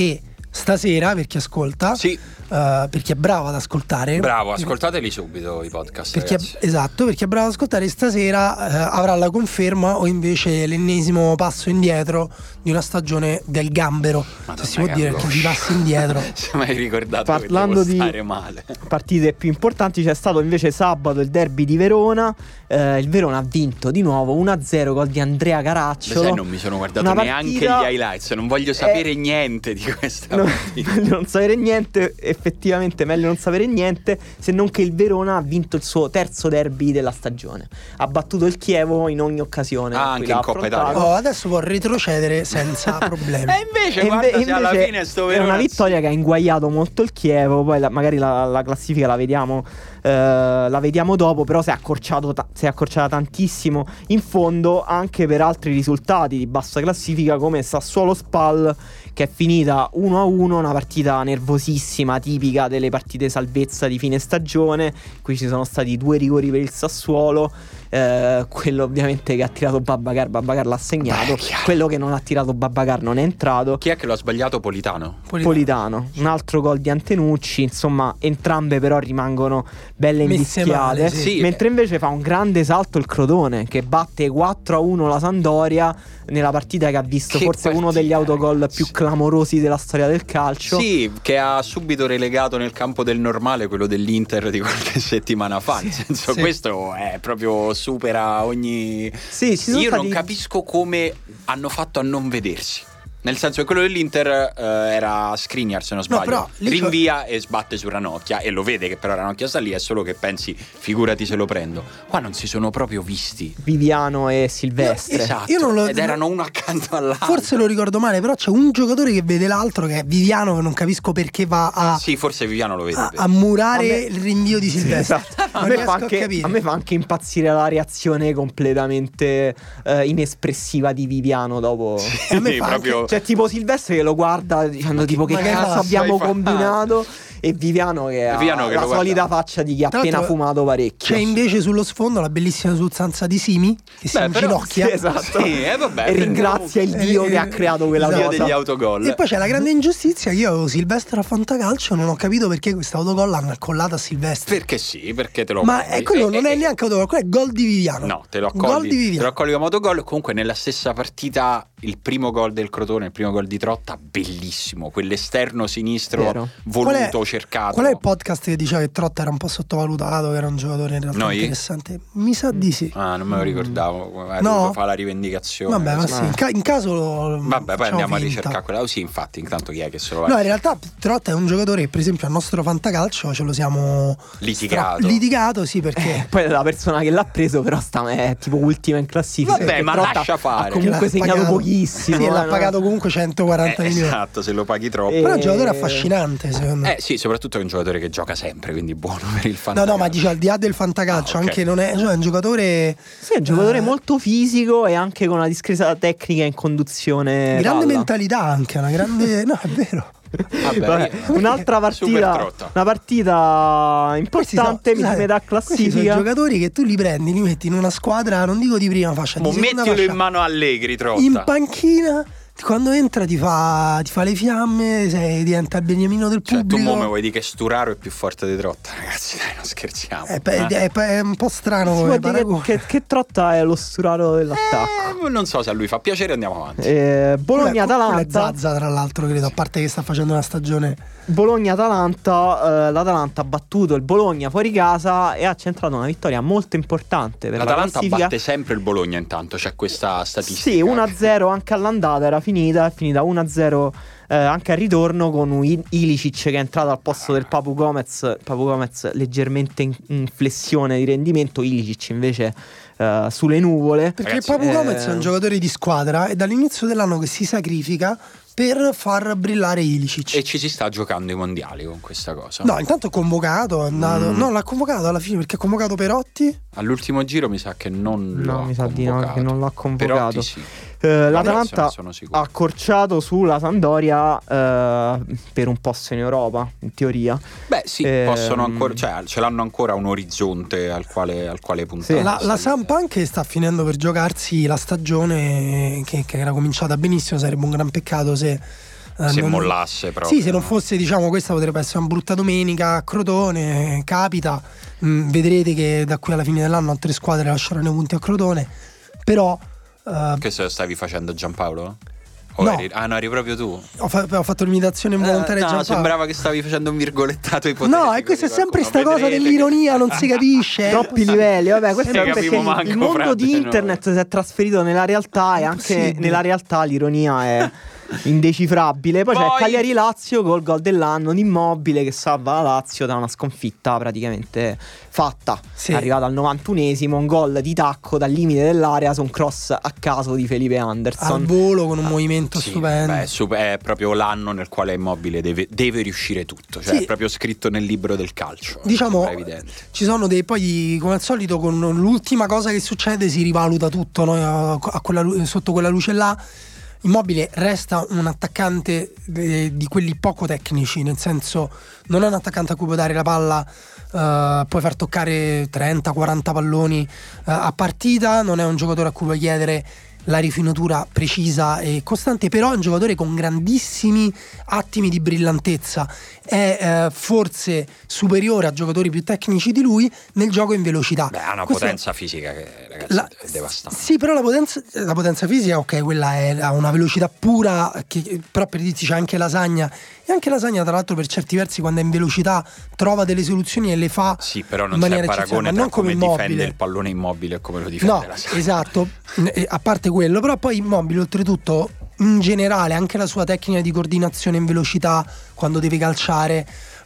stasera, per chi ascolta, sì. Uh, per chi è bravo ad ascoltare, bravo, ascoltateli subito i podcast, per chi è, esatto, per chi è bravo ad ascoltare, stasera uh, avrà la conferma o invece l'ennesimo passo indietro di una stagione del gambero. Madonna, se si può dire che si passa indietro. Se mai ricordato, parlando di stare male. Partite più importanti, c'è stato invece sabato il derby di Verona. Uh, il Verona ha vinto di nuovo uno a zero, gol di Andrea Caracciolo. Sai, non mi sono guardato una neanche partita... gli highlights, non voglio sapere eh... niente di questa no, partita. Meglio non sapere niente, effettivamente meglio non sapere niente, se non che il Verona ha vinto il suo terzo derby della stagione. Ha battuto il Chievo in ogni occasione. Ah, anche in Coppa Italia. Oh, adesso può retrocedere senza problemi. E invece, e guarda, inve- se alla fine sto Verona è una vittoria che ha inguaiato molto il Chievo. Poi la, magari la, la classifica la vediamo Uh, la vediamo dopo, però si è accorciato ta- si è accorciata tantissimo in fondo, anche per altri risultati di bassa classifica come Sassuolo Spal, che è finita uno a uno, una partita nervosissima, tipica delle partite salvezza di fine stagione. Qui ci sono stati due rigori per il Sassuolo. Uh, quello ovviamente che ha tirato Babacar, Babacar l'ha segnato. Beh, quello che non ha tirato Babacar non è entrato. Chi è che lo ha sbagliato? Politano. Politano, Politano. Un altro gol di Antenucci. Insomma, entrambe però rimangono belle invischiate, male, sì. Mentre invece fa un grande salto il Crotone, che batte quattro a uno la Sampdoria nella partita che ha visto che forse partita, uno degli autogol ragazzi. più clamorosi della storia del calcio. Sì, che ha subito relegato nel campo del normale quello dell'Inter di qualche settimana fa. Sì, nel senso, sì. Questo è proprio supera ogni... Sì, ci sono Io stati... non capisco come hanno fatto a non vedersi. Nel senso che quello dell'Inter uh, era Skriniar, se non sbaglio, no, rinvia e sbatte su Ranocchia e lo vede che però Ranocchia sta lì, è solo che pensi figurati se lo prendo. Qua non si sono proprio visti Viviano e Silvestre. Esatto, io non lo, ed erano uno accanto all'altro. Forse lo ricordo male, però c'è un giocatore che vede l'altro, che è Viviano, che non capisco perché va a... Sì, forse Viviano lo vede A, a murare me... il rinvio di Silvestre. Sì, esatto. a, me fa anche, a, a me fa anche impazzire la reazione completamente uh, inespressiva di Viviano dopo. Sì, a me fa proprio... anche... Cioè tipo Silvestre che lo guarda dicendo tipo che cazzo abbiamo combinato, e Viviano che Viviano ha che la solita guarda. faccia di chi ha appena fumato parecchio. C'è invece sullo sfondo la bellissima sostanza di Simi che si inginocchia, sì, esatto. Sì, eh, vabbè, e ringrazia il Dio eh, che eh, ha creato quella esatto. cosa degli autogol. E poi c'è la grande ingiustizia che io avevo Silvestre a Fantacalcio, non ho capito perché questo autogol l'hanno accollato a Silvestre. Perché sì, perché te lo ma è quello, non è neanche autogol, quello è gol di Viviano. No, te lo accogli, te lo accogli come autogol. Comunque nella stessa partita il primo gol del Crotone, il primo gol di Trotta, bellissimo, quell'esterno sinistro Vero. voluto, qual è, cercato. Qual è il podcast che diceva che Trotta era un po' sottovalutato, che era un giocatore in realtà Noi? interessante? Mi sa di sì. Ah, non me lo ricordavo. Eh, no. Fa la rivendicazione. Vabbè, ma sì, in, ca- in caso lo Vabbè, poi andiamo finta. a ricercare quella. Oh, sì, infatti, intanto chi è che se lo va? No, in realtà Trotta è un giocatore che per esempio al nostro Fantacalcio ce lo siamo litigato. Stra- litigato, sì, perché eh, poi la persona che l'ha preso però sta è tipo ultima in classifica. Vabbè, ma Trotta lascia fare. Ha comunque segnato pagato, pochissimo. Sì, eh, l'ha no? pagato comunque centoquaranta eh, milioni. Esatto, se lo paghi troppo. E... Però è un giocatore affascinante, secondo me. Eh sì, soprattutto è un giocatore che gioca sempre, quindi buono per il fantacalcio. No, no, ma dice al di là del fantacalcio, ah, okay. anche non è, cioè, è un giocatore. Sì, è un giocatore eh... molto fisico e anche con una discreta tecnica in conduzione. Grande palla. mentalità anche, una grande. No, è vero. Vabbè, Vabbè, un'altra partita, una partita importante di metà classifica. Questi sono giocatori che tu li prendi, li metti in una squadra, non dico di prima fascia, di seconda mettilo fascia, in mano a Allegri, Trotta. in panchina. Quando entra ti fa, ti fa le fiamme, sei, diventa il beniamino del cioè, pubblico. Tu mo mi vuoi dire che Sturaro è più forte di Trotta? Ragazzi, dai, non scherziamo. È, eh? è, è, è un po' strano si come paragone. Che, che, che Trotta è lo Sturaro dell'attacco. Eh, non so se a lui fa piacere, andiamo avanti. Eh, Bologna-Atalanta. Zazza, tra l'altro, credo, a parte che sta facendo una stagione. Bologna-Atalanta, eh, l'Atalanta ha battuto il Bologna fuori casa e ha centrato una vittoria molto importante per l'Atalanta la batte sempre il Bologna, intanto c'è questa statistica. Sì, uno a zero anche all'andata era finita, è finita uno a zero eh, anche al ritorno con un Ilicic che è entrato al posto del Papu Gomez, Papu Gomez leggermente in, in flessione di rendimento, Ilicic invece Uh, sulle nuvole. Perché Ragazzi, Papu eh... Gomez è un giocatore di squadra e dall'inizio dell'anno che si sacrifica per far brillare Ilicic. E ci si sta giocando i mondiali con questa cosa. No, intanto è convocato, è andato. Mm. No, l'ha convocato alla fine perché ha convocato Perotti. All'ultimo giro mi sa che non no, lo mi ha sa di no, che non l'ha convocato. Perotti sì. Uh, L'Atalanta ha accorciato sulla Sampdoria uh, per un posto in Europa, in teoria. Beh sì, eh, possono ancora, cioè ce l'hanno ancora un orizzonte al quale, al quale puntare. Sì. La, la Samp anche sta finendo per giocarsi la stagione che, che era cominciata benissimo, sarebbe un gran peccato se eh, se non, mollasse proprio. Sì, se non fosse, diciamo, questa potrebbe essere una brutta domenica a Crotone, capita. Mm, vedrete che da qui alla fine dell'anno altre squadre lasceranno i punti a Crotone, però eh, che se lo stavi facendo Giampaolo? O no. eri, ah no, eri proprio tu. Ho, fa- ho fatto l'imitazione involontaria. Eh, no, Giampaolo. sembrava che stavi facendo un virgolettato ipotetico. No, e questa è sempre sta cosa Vedrete dell'ironia, non si capisce. Troppi livelli, vabbè, questo Sì, è perché capimo manco, il mondo frate, di internet no. si è trasferito nella realtà e anche Impossibile. nella realtà l'ironia è indecifrabile. Poi, Poi- c'è Cagliari-Lazio col gol dell'anno di Immobile che salva la Lazio da una sconfitta praticamente fatta. Sì. È arrivato al novantunesimo, un gol di tacco dal limite dell'area su un cross a caso di Felipe Al Anderson. volo con un movimento Sì, stupendo. beh, è, super- è proprio l'anno nel quale Immobile deve, deve riuscire tutto. Cioè Sì. è proprio scritto nel libro del calcio. Diciamo, è evidente. ci sono dei, poi come al solito con l'ultima cosa che succede si rivaluta tutto, no? a, a quella, lu- sotto quella luce là. Immobile resta un attaccante eh, di quelli poco tecnici, nel senso non è un attaccante a cui puoi dare la palla, eh, puoi far toccare trenta quaranta palloni eh, a partita, non è un giocatore a cui puoi chiedere la rifinatura precisa e costante, però è un giocatore con grandissimi attimi di brillantezza, è eh, forse superiore a giocatori più tecnici di lui nel gioco in velocità. Beh, ha una Questo è- potenza fisica che, ragazzi, la- è devastante. Sì, però la potenza, la potenza fisica, ok, quella è, ha una velocità pura, che, però per dirti c'è anche Lasagna. E anche Lasagna, tra l'altro, per certi versi, quando è in velocità, trova delle soluzioni e le fa Sì, però non in c'è maniera paragone eccezionale, tra non come come difende Immobile. il pallone Immobile e come lo difende No, la Lasagna. esatto, E a parte quello, però poi Immobile oltretutto in generale anche la sua tecnica di coordinazione in velocità quando deve calciare,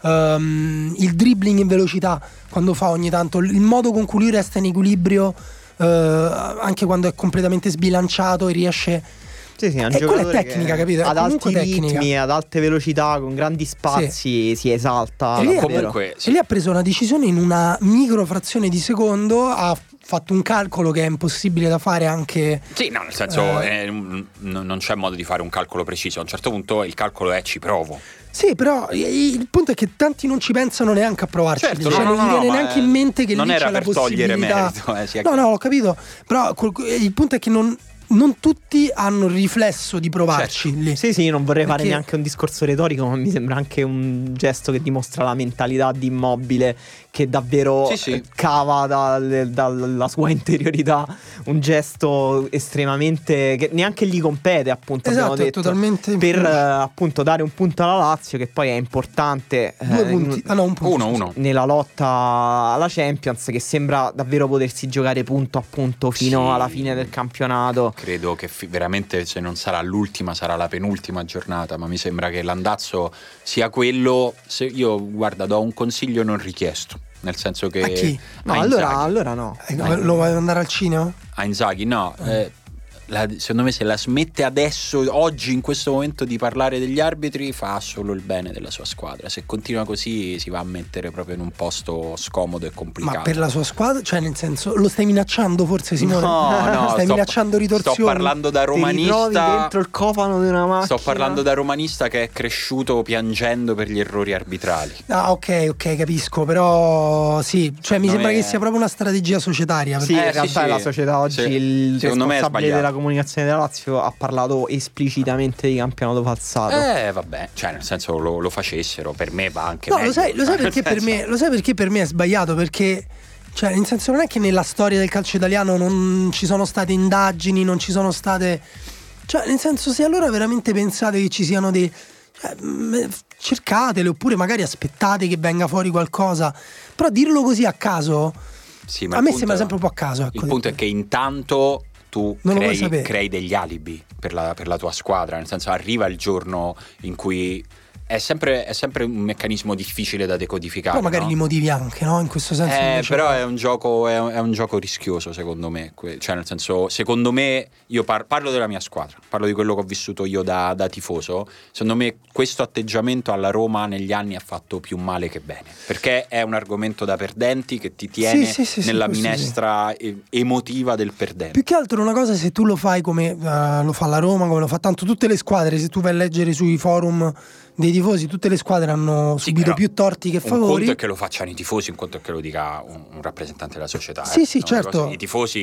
um, il dribbling in velocità quando fa ogni tanto, il modo con cui lui resta in equilibrio uh, anche quando è completamente sbilanciato e riesce. Sì, sì, è un E quella è giocatore tecnica, che capito? È ad alti comunque tecnica. ritmi, ad alte velocità, con grandi spazi si esalta. E lì, davvero. comunque, sì. e lì ha preso una decisione in una microfrazione di secondo, ha fatto un calcolo che è impossibile da fare anche. Sì, no, nel senso Eh. eh, n- non c'è modo di fare un calcolo preciso. A un certo punto il calcolo è ci provo. Sì, però i- il punto è che tanti non ci pensano neanche a provarci. Certo, cioè, no, non no, gli no, viene ma neanche in mente che non lì era c'è la per togliere possibilità. merito, eh, sia no, chiaro. no, ho capito. Però col- il punto è che non, non tutti hanno il riflesso di provarci Certo. lì. Sì, sì, non vorrei fare Perché- neanche un discorso retorico, ma mi sembra anche un gesto che dimostra la mentalità di Immobile, che davvero Sì, sì. eh, cava dal- dalla sua interiorità un gesto estremamente che neanche gli compete, appunto, Esatto, abbiamo è detto, totalmente per infelice. eh, appunto dare un punto alla Lazio, che poi è importante Due eh, punti. in- Ah, no, un punto. Uno, scusa. uno. nella lotta alla Champions, che sembra davvero potersi giocare punto a punto fino Sì. alla fine del campionato. Credo che fi- veramente, se non sarà l'ultima, sarà la penultima giornata. Ma mi sembra che l'andazzo sia quello. Se io, guarda, do un consiglio non richiesto. Nel senso che A chi? No, a allora, Inzaghi. allora no. Eh, Lo vuoi andare al cinema? A Inzaghi, no. eh, la- secondo me se la smette adesso, oggi, in questo momento, di parlare degli arbitri, fa solo il bene della sua squadra. Se continua così si va a mettere proprio in un posto scomodo e complicato. Ma per la sua squadra, cioè nel senso, lo stai minacciando forse, Simone? No, no, stai sto- minacciando ritorsioni? Sto parlando da Ti ritrovi romanista. dentro il cofano di una macchina. Sto parlando da romanista che è cresciuto piangendo per gli errori arbitrali. Ah, ok, ok, capisco, però sì, cioè mi Secondo sembra me- che sia proprio una strategia societaria. Sì, perché- Eh, in realtà sì, è la sì. società oggi, Sì. il Secondo me è responsabile sbagliato. della comunicazione della Lazio ha parlato esplicitamente di campionato falsato. Eh, vabbè, cioè nel senso lo, lo facessero, per me va anche No, meglio. lo sai, lo sai Nel perché per senso- me, lo sai perché per me è sbagliato? Perché, cioè, nel senso, non è che nella storia del calcio italiano non ci sono state indagini, non ci sono state. Cioè, nel senso, se allora veramente pensate che ci siano dei. Cioè, mh, cercatele, oppure magari aspettate che venga fuori qualcosa. Però dirlo così a caso. Sì, ma a il me punto- sembra sempre un po' a caso. Ecco, Il punto è che intanto tu Non lo vuoi crei, sapere. crei degli alibi per la, per la tua squadra, nel senso arriva il giorno in cui è sempre, è sempre un meccanismo difficile da decodificare. Però magari no? li motivi anche, no? In questo senso. Eh, invece- però è un gioco è un, è un gioco rischioso, secondo me. Que- Cioè, nel senso, secondo me, io par- parlo della mia squadra, parlo di quello che ho vissuto io da, da tifoso. Secondo me questo atteggiamento alla Roma negli anni ha fatto più male che bene, perché è un argomento da perdenti che ti tiene Sì, sì, sì, sì, nella questo minestra e- emotiva del perdente. Più che altro una cosa, se tu lo fai come eh, lo fa la Roma, come lo fa tanto tutte le squadre, se tu vai a leggere sui forum dei tifosi, tutte le squadre hanno Sì, subito però più torti che Un favori. conto è che lo facciano i tifosi, un conto è che lo dica un, un rappresentante della società. Sì, eh. sì, Sono due certo. cose- I tifosi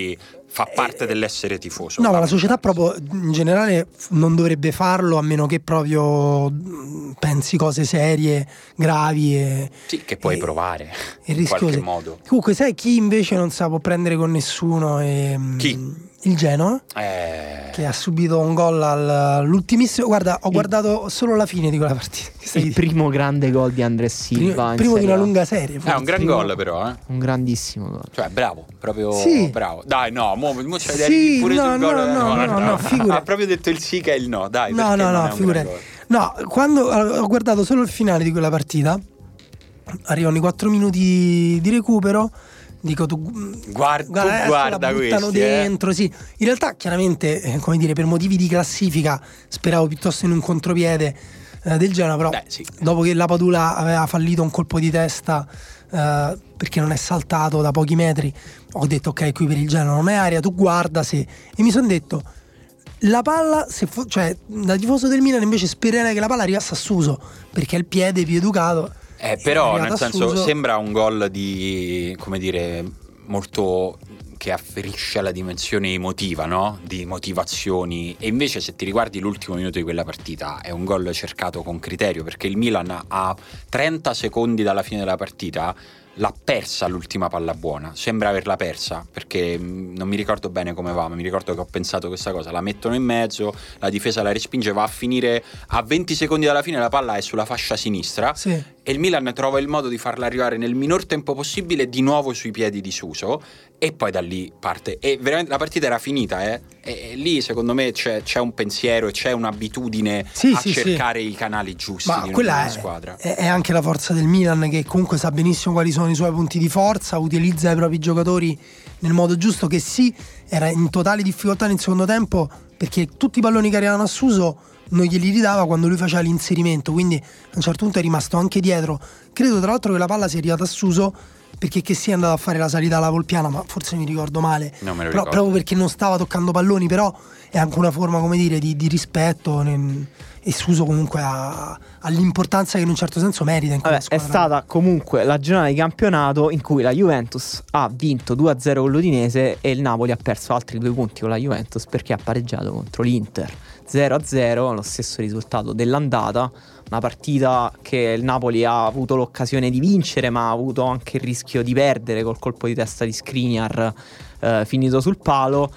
fa parte eh, dell'essere tifoso. No, ma la società proprio in generale non dovrebbe farlo, a meno che proprio pensi cose serie, gravi e sì, che puoi e, provare e in qualche modo. Comunque sai chi invece non sa può prendere con nessuno? E, chi? Il Genoa, eh... che ha subito un gol all'ultimissimo. Guarda, ho il... guardato solo la fine di quella partita. Il primo grande gol di Andrés Silva. Primo, primo di una lunga serie. È un gran primo... gol, però. Eh? Un grandissimo gol. Cioè, bravo, proprio sì. bravo. Dai, no, mo, mo c'hai sì, pure no, sul no, gol. No, no, no, no, no, figura. Ha proprio detto il sì che è il no. Dai, no, no, no, figura. No, quando ho guardato solo il finale di quella partita, arrivano i quattro minuti di recupero. Dico tu guarda, guarda, tu guarda questi dentro, eh. sì. In realtà chiaramente eh, come dire, per motivi di classifica speravo piuttosto in un contropiede eh, del Genoa, però Beh, sì. dopo che la Padula aveva fallito un colpo di testa eh, perché non è saltato da pochi metri, ho detto ok, qui per il Genoa non è aria, tu guarda se. E mi sono detto la palla, se fo- cioè da tifoso del Milan invece spererei che la palla arrivasse a Suso, perché è il piede più educato. Eh, però nel senso Suso. Sembra un gol di, come dire, molto che afferisce alla dimensione emotiva, no? Di motivazioni. E invece se ti riguardi l'ultimo minuto di quella partita è un gol cercato con criterio, perché il Milan a trenta secondi dalla fine della partita l'ha persa l'ultima palla buona, sembra averla persa, perché non mi ricordo bene come va, ma mi ricordo che ho pensato questa cosa, la mettono in mezzo, la difesa la respinge, va a finire a venti secondi dalla fine, la palla è sulla fascia sinistra, sì. E il Milan trova il modo di farla arrivare nel minor tempo possibile di nuovo sui piedi di Suso, e poi da lì parte, e veramente la partita era finita, eh? E, e lì secondo me c'è, c'è un pensiero e c'è un'abitudine sì, a sì, cercare sì. i canali giusti ma di quella una è, squadra. È, è anche la forza del Milan, che comunque sa benissimo quali sono i suoi punti di forza, utilizza i propri giocatori nel modo giusto, che sì, era in totale difficoltà nel secondo tempo perché tutti i palloni che arrivavano a Suso non glieli ridava quando lui faceva l'inserimento, quindi a un certo punto è rimasto anche dietro. Credo tra l'altro che la palla sia arrivata a Suso perché che sia andato a fare la salita alla Volpiana, ma forse mi ricordo male, non me lo però ricordo. Proprio perché non stava toccando palloni, però è anche una forma, come dire, di, di rispetto nel, e Suso comunque ha, ha l'importanza che in un certo senso merita in Vabbè, è stata comunque la giornata di campionato in cui la Juventus ha vinto due a zero con l'Udinese e il Napoli ha perso altri due punti con la Juventus perché ha pareggiato contro l'Inter zero a zero, lo stesso risultato dell'andata. Una partita che il Napoli ha avuto l'occasione di vincere, ma ha avuto anche il rischio di perdere col colpo di testa di Skriniar eh, finito sul palo.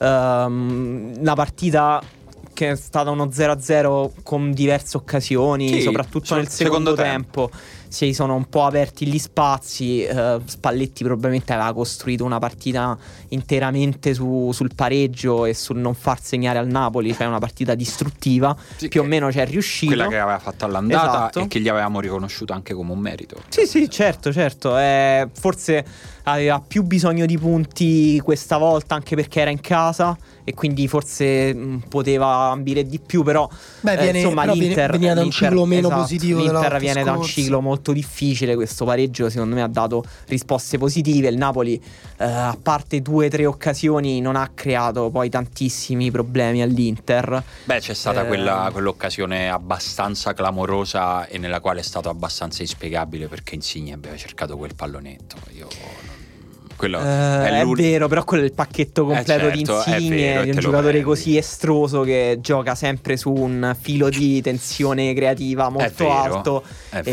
Um, una partita che è stata uno zero a zero con diverse occasioni, sì, soprattutto so, nel secondo, secondo tempo. tempo si sono un po' aperti gli spazi. uh, Spalletti probabilmente aveva costruito una partita interamente su, sul pareggio e sul non far segnare al Napoli, cioè una partita distruttiva, sì, più o meno ci è riuscito, quella che aveva fatto all'andata, esatto. E che gli avevamo riconosciuto anche come un merito. Sì sì, certo certo eh, forse aveva più bisogno di punti questa volta, anche perché era in casa e quindi forse mh, poteva ambire di più, però, Beh, viene, eh, insomma però l'Inter veniva da un ciclo meno esatto, positivo. L'Inter viene scorso. da un ciclo molto difficile. Questo pareggio secondo me ha dato risposte positive. Il Napoli eh, a parte due o tre occasioni non ha creato poi tantissimi problemi all'Inter. Beh, c'è stata eh, quella, quell'occasione abbastanza clamorosa e nella quale è stato abbastanza inspiegabile, perché Insigne aveva cercato quel pallonetto. Io Quello eh, è, è vero, però quello è il pacchetto completo eh certo, di Insigne, vero, di un giocatore così estroso che gioca sempre su un filo di tensione creativa molto vero, alto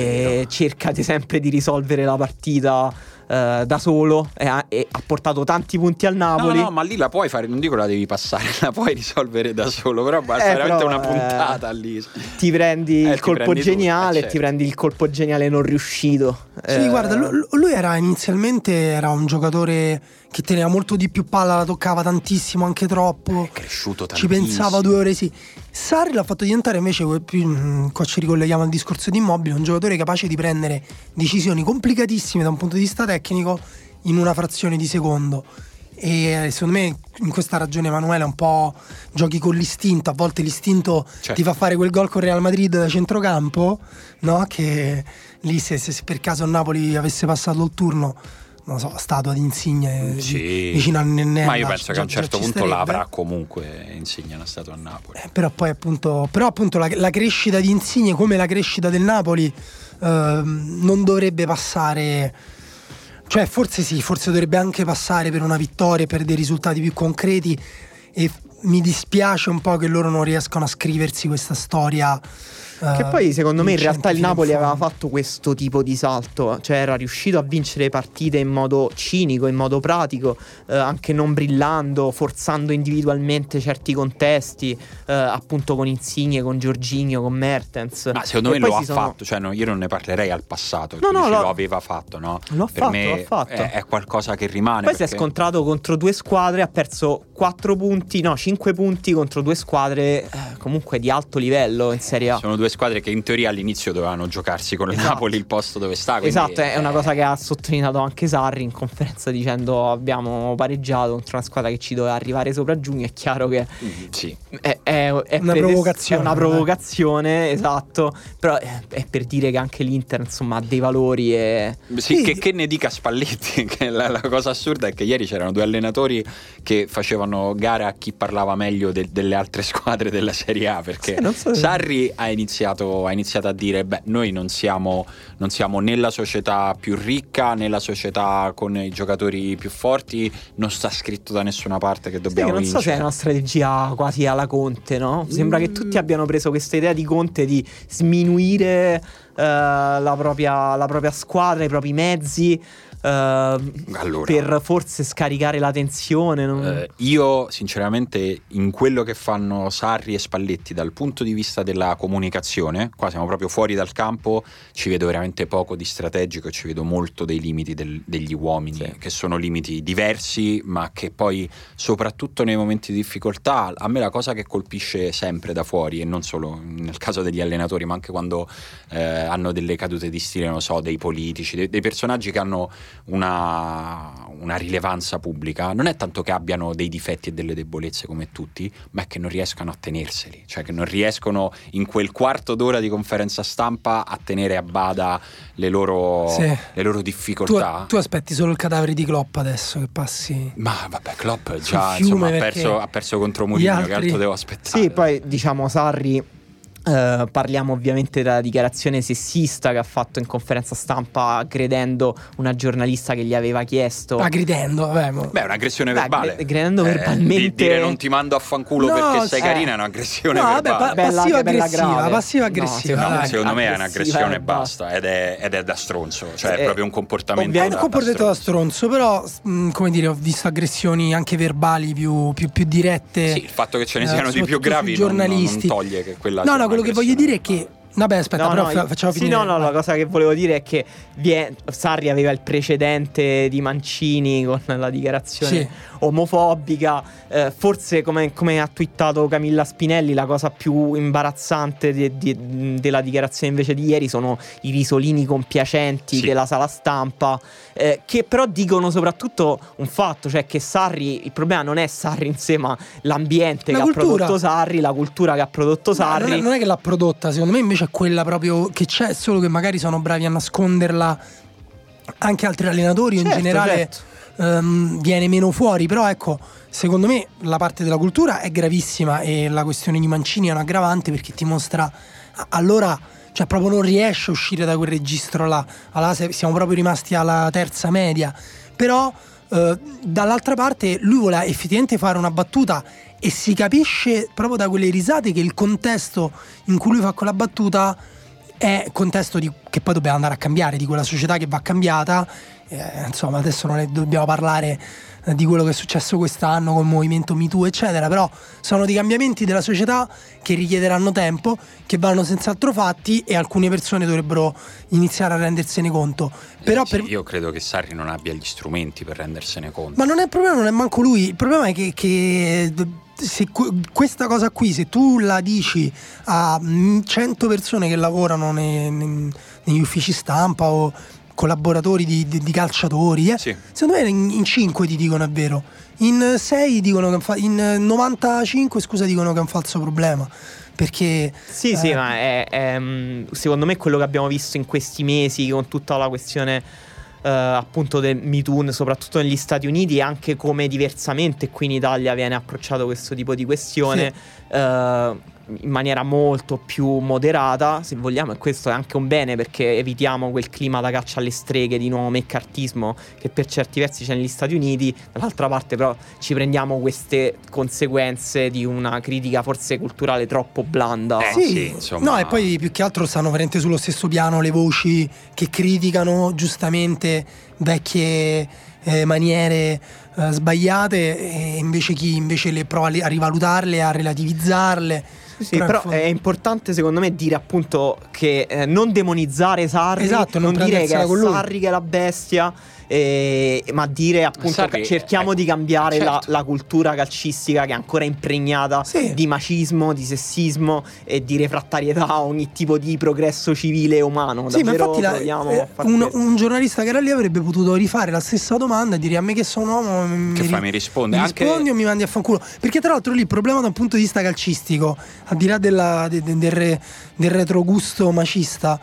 e cerca di sempre di risolvere la partita Uh, da solo e ha, e ha portato tanti punti al Napoli. No, no, ma lì la puoi fare, non dico la devi passare, la puoi risolvere da solo, però basta eh, veramente però, una puntata eh, lì. Ti prendi eh, il ti colpo prendi geniale tu, eh, e certo. ti prendi il colpo geniale non riuscito. Sì, eh, guarda, lui, lui era inizialmente era un giocatore che teneva molto di più palla, la toccava tantissimo, anche troppo. È cresciuto Ci tantissimo. pensava due ore, sì. Sarri l'ha fatto diventare invece, qua ci ricolleghiamo al discorso di Immobile, un giocatore capace di prendere decisioni complicatissime da un punto di vista tecnico in una frazione di secondo. E secondo me in questa ragione Emanuele un po' giochi con l'istinto, a volte l'istinto certo. ti fa fare quel gol con Real Madrid da centrocampo, no? Che lì se, se per caso il Napoli avesse passato il turno, non so, statua di Insigne sì. vicino a Nennella, ma io penso che a un certo punto starebbe. l'avrà comunque Insigne una statua a Napoli. Eh, però poi appunto però appunto la, la crescita di Insigne, come la crescita del Napoli, eh, non dovrebbe passare Cioè forse sì, forse dovrebbe anche passare per una vittoria, per dei risultati più concreti, e mi dispiace un po' che loro non riescano a scriversi questa storia. Che poi secondo me in realtà il Napoli aveva fondo. fatto questo tipo di salto, cioè era riuscito a vincere partite in modo cinico, in modo pratico, eh, anche non brillando, forzando individualmente certi contesti, eh, appunto con Insigne, con Jorginho, con Mertens. Ma secondo E me poi lo ha si sono... fatto, cioè no, io non ne parlerei al passato, No, no, dici, lo... lo aveva fatto, no? Lo ha per fatto, me lo ha fatto. È, è qualcosa che rimane. Poi perché... si è scontrato contro due squadre, ha perso quattro punti, no, cinque punti contro due squadre eh, comunque di alto livello in Serie A. Sono due squadre che in teoria all'inizio dovevano giocarsi con il Esatto. Napoli il posto dove sta. Quindi, Esatto, è eh, una cosa che ha sottolineato anche Sarri in conferenza dicendo abbiamo pareggiato contro una squadra che ci doveva arrivare sopra giugno. È chiaro che sì. è, è, è Una per- provocazione, È una provocazione, esatto. Però è, è per dire che anche l'Inter insomma ha dei valori e... Sì, Sì. Che, che ne dica Spalletti, che la, la cosa assurda è che ieri c'erano due allenatori che facevano gara a chi parlava meglio de- delle altre squadre della Serie A, perché Sì, non so se- Sarri ha iniziato, ha iniziato a dire beh, noi non siamo, non siamo né la società più ricca né la società con i giocatori più forti, non sta scritto da nessuna parte che Sì, dobbiamo che non so vincere. se è una strategia quasi alla Conte, no? Sembra Mm. che tutti abbiano preso questa idea di Conte di sminuire eh, la, propria, la propria squadra, i propri mezzi, eh, Allora. per forse scaricare la tensione. non- Eh, io sinceramente in quello che fanno Sarri e Spalletti dal punto di vista della comunicazione, qua siamo proprio fuori dal campo, ci vedo veramente poco di strategico e ci vedo molto dei limiti del- degli uomini, Sì. che sono limiti diversi ma che poi soprattutto nei momenti di difficoltà, a me la cosa che colpisce sempre da fuori, e non solo nel caso degli allenatori ma anche quando eh, hanno delle cadute di stile, non lo so, dei politici, dei, dei personaggi che hanno una, una rilevanza pubblica, non è tanto che abbiano dei difetti e delle debolezze come tutti, ma è che non riescano a tenerseli, cioè che non riescono in quel quarto d'ora di conferenza stampa a tenere a bada le loro, Sì. le loro Tu, difficoltà. tu aspetti solo il cadavere di Klopp adesso che passi. Ma vabbè, Klopp già Sul fiume, insomma, ha, perché perso, ha perso contro gli Mourinho, che altri- altro devo aspettare? Sì, poi diciamo Sarri. eh, parliamo ovviamente della dichiarazione sessista che ha fatto in conferenza stampa aggredendo una giornalista che gli aveva chiesto Aggridendo, vabbè, mo. Beh, è un'aggressione Beh, verbale. aggredendo Eh, verbalmente- di dire non ti mando a fanculo No, perché sei sì. carina è un'aggressione No, vabbè, verbale. pa- Bella- passiva bella aggressiva, grave. passiva No, aggressiva. No, dai. secondo me è aggressiva un'aggressione e e basta ed è, ed è da stronzo, cioè Eh, è proprio un comportamento È ovviamente- un da, comportamento da da stronzo. stronzo, però mh, come dire, ho visto aggressioni anche verbali più, più, più dirette. Sì, il fatto che ce ne eh, siano di più soprattutto gravi sui non, non giornalisti. toglie che quella No, sia no, quello che voglio dire è che vabbè, aspetta, No, però no, fa- io- facciamo sì, finire. no, no, vai. la cosa che volevo dire è che vie- Sarri aveva il precedente di Mancini con la dichiarazione Sì. omofobica. eh, forse, come, come ha twittato Camilla Spinelli, la cosa più imbarazzante di- di- della dichiarazione invece di ieri sono i risolini compiacenti Sì. della sala stampa, eh, che però dicono soprattutto un fatto, cioè che Sarri, il problema non è Sarri in sé, ma l'ambiente La che cultura. ha prodotto Sarri, la cultura che ha prodotto No, Sarri. non, è, non è che l'ha prodotta, secondo me invece è quella proprio che c'è, solo che magari sono bravi a nasconderla anche altri allenatori o in Certo, generale certo. ehm, viene meno fuori. Però ecco, secondo me la parte della cultura è gravissima e la questione di Mancini è un aggravante, perché ti mostra a- allora, cioè proprio non riesce a uscire da quel registro là. Allora se- siamo proprio rimasti alla terza media. Però eh, dall'altra parte lui vuole effettivamente fare una battuta e si capisce proprio da quelle risate che il contesto in cui lui fa quella battuta è contesto di, che poi dobbiamo andare a cambiare, di quella società che va cambiata. Eh, insomma, adesso non è, dobbiamo parlare eh, di quello che è successo quest'anno col movimento MeToo eccetera, però sono dei cambiamenti della società che richiederanno tempo, che vanno senz'altro fatti, e alcune persone dovrebbero iniziare a rendersene conto. Però Sì, per, io credo che Sarri non abbia gli strumenti per rendersene conto. ma non è il problema, non è manco lui. Il problema è che, che se que- questa cosa qui, se tu la dici a mm, cento persone che lavorano ne- ne- negli uffici stampa o collaboratori di, di- di calciatori, eh, Sì. secondo me in, in cinque ti dicono è vero, in sei dicono che è un fa- in novantacinque scusa dicono che è un falso problema. Perché Sì, sì, eh, ma è, è, mm, secondo me quello che abbiamo visto in questi mesi con tutta la questione eh, appunto del MeToo, soprattutto negli Stati Uniti, e anche come diversamente qui in Italia viene approcciato questo tipo di questione. eh, in maniera molto più moderata, se vogliamo, e questo è anche un bene perché evitiamo quel clima da caccia alle streghe di nuovo meccartismo che per certi versi c'è negli Stati Uniti. Dall'altra parte però ci prendiamo queste conseguenze di una critica forse culturale troppo blanda. Eh, Sì, sì, insomma. no, e poi più che altro stanno veramente sullo stesso piano le voci che criticano giustamente vecchie eh, maniere eh, sbagliate, e invece chi invece le prova a rivalutarle, a relativizzarle. Sì, però, però in fondo... è importante secondo me dire appunto che eh, non demonizzare Sarri, Esatto, non non dire che prendersela è con lui. Sarri che è la bestia, eh, ma dire appunto Sarri, che cerchiamo eh, di cambiare certo. la, la cultura calcistica che è ancora impregnata Sì. di macismo, di sessismo e di refrattarietà a ogni tipo di progresso civile e umano. Sì, ma Davvero infatti la- proviamo eh, a far un, questo. un giornalista che era lì avrebbe potuto rifare la stessa domanda e dire: a me che sono un uomo mi, Che ri- fai, mi risponde? mi Anche- rispondi o mi mandi a fanculo? Perché tra l'altro lì il problema da un punto di vista calcistico, al di là della, de- de- del, re- del retrogusto macista,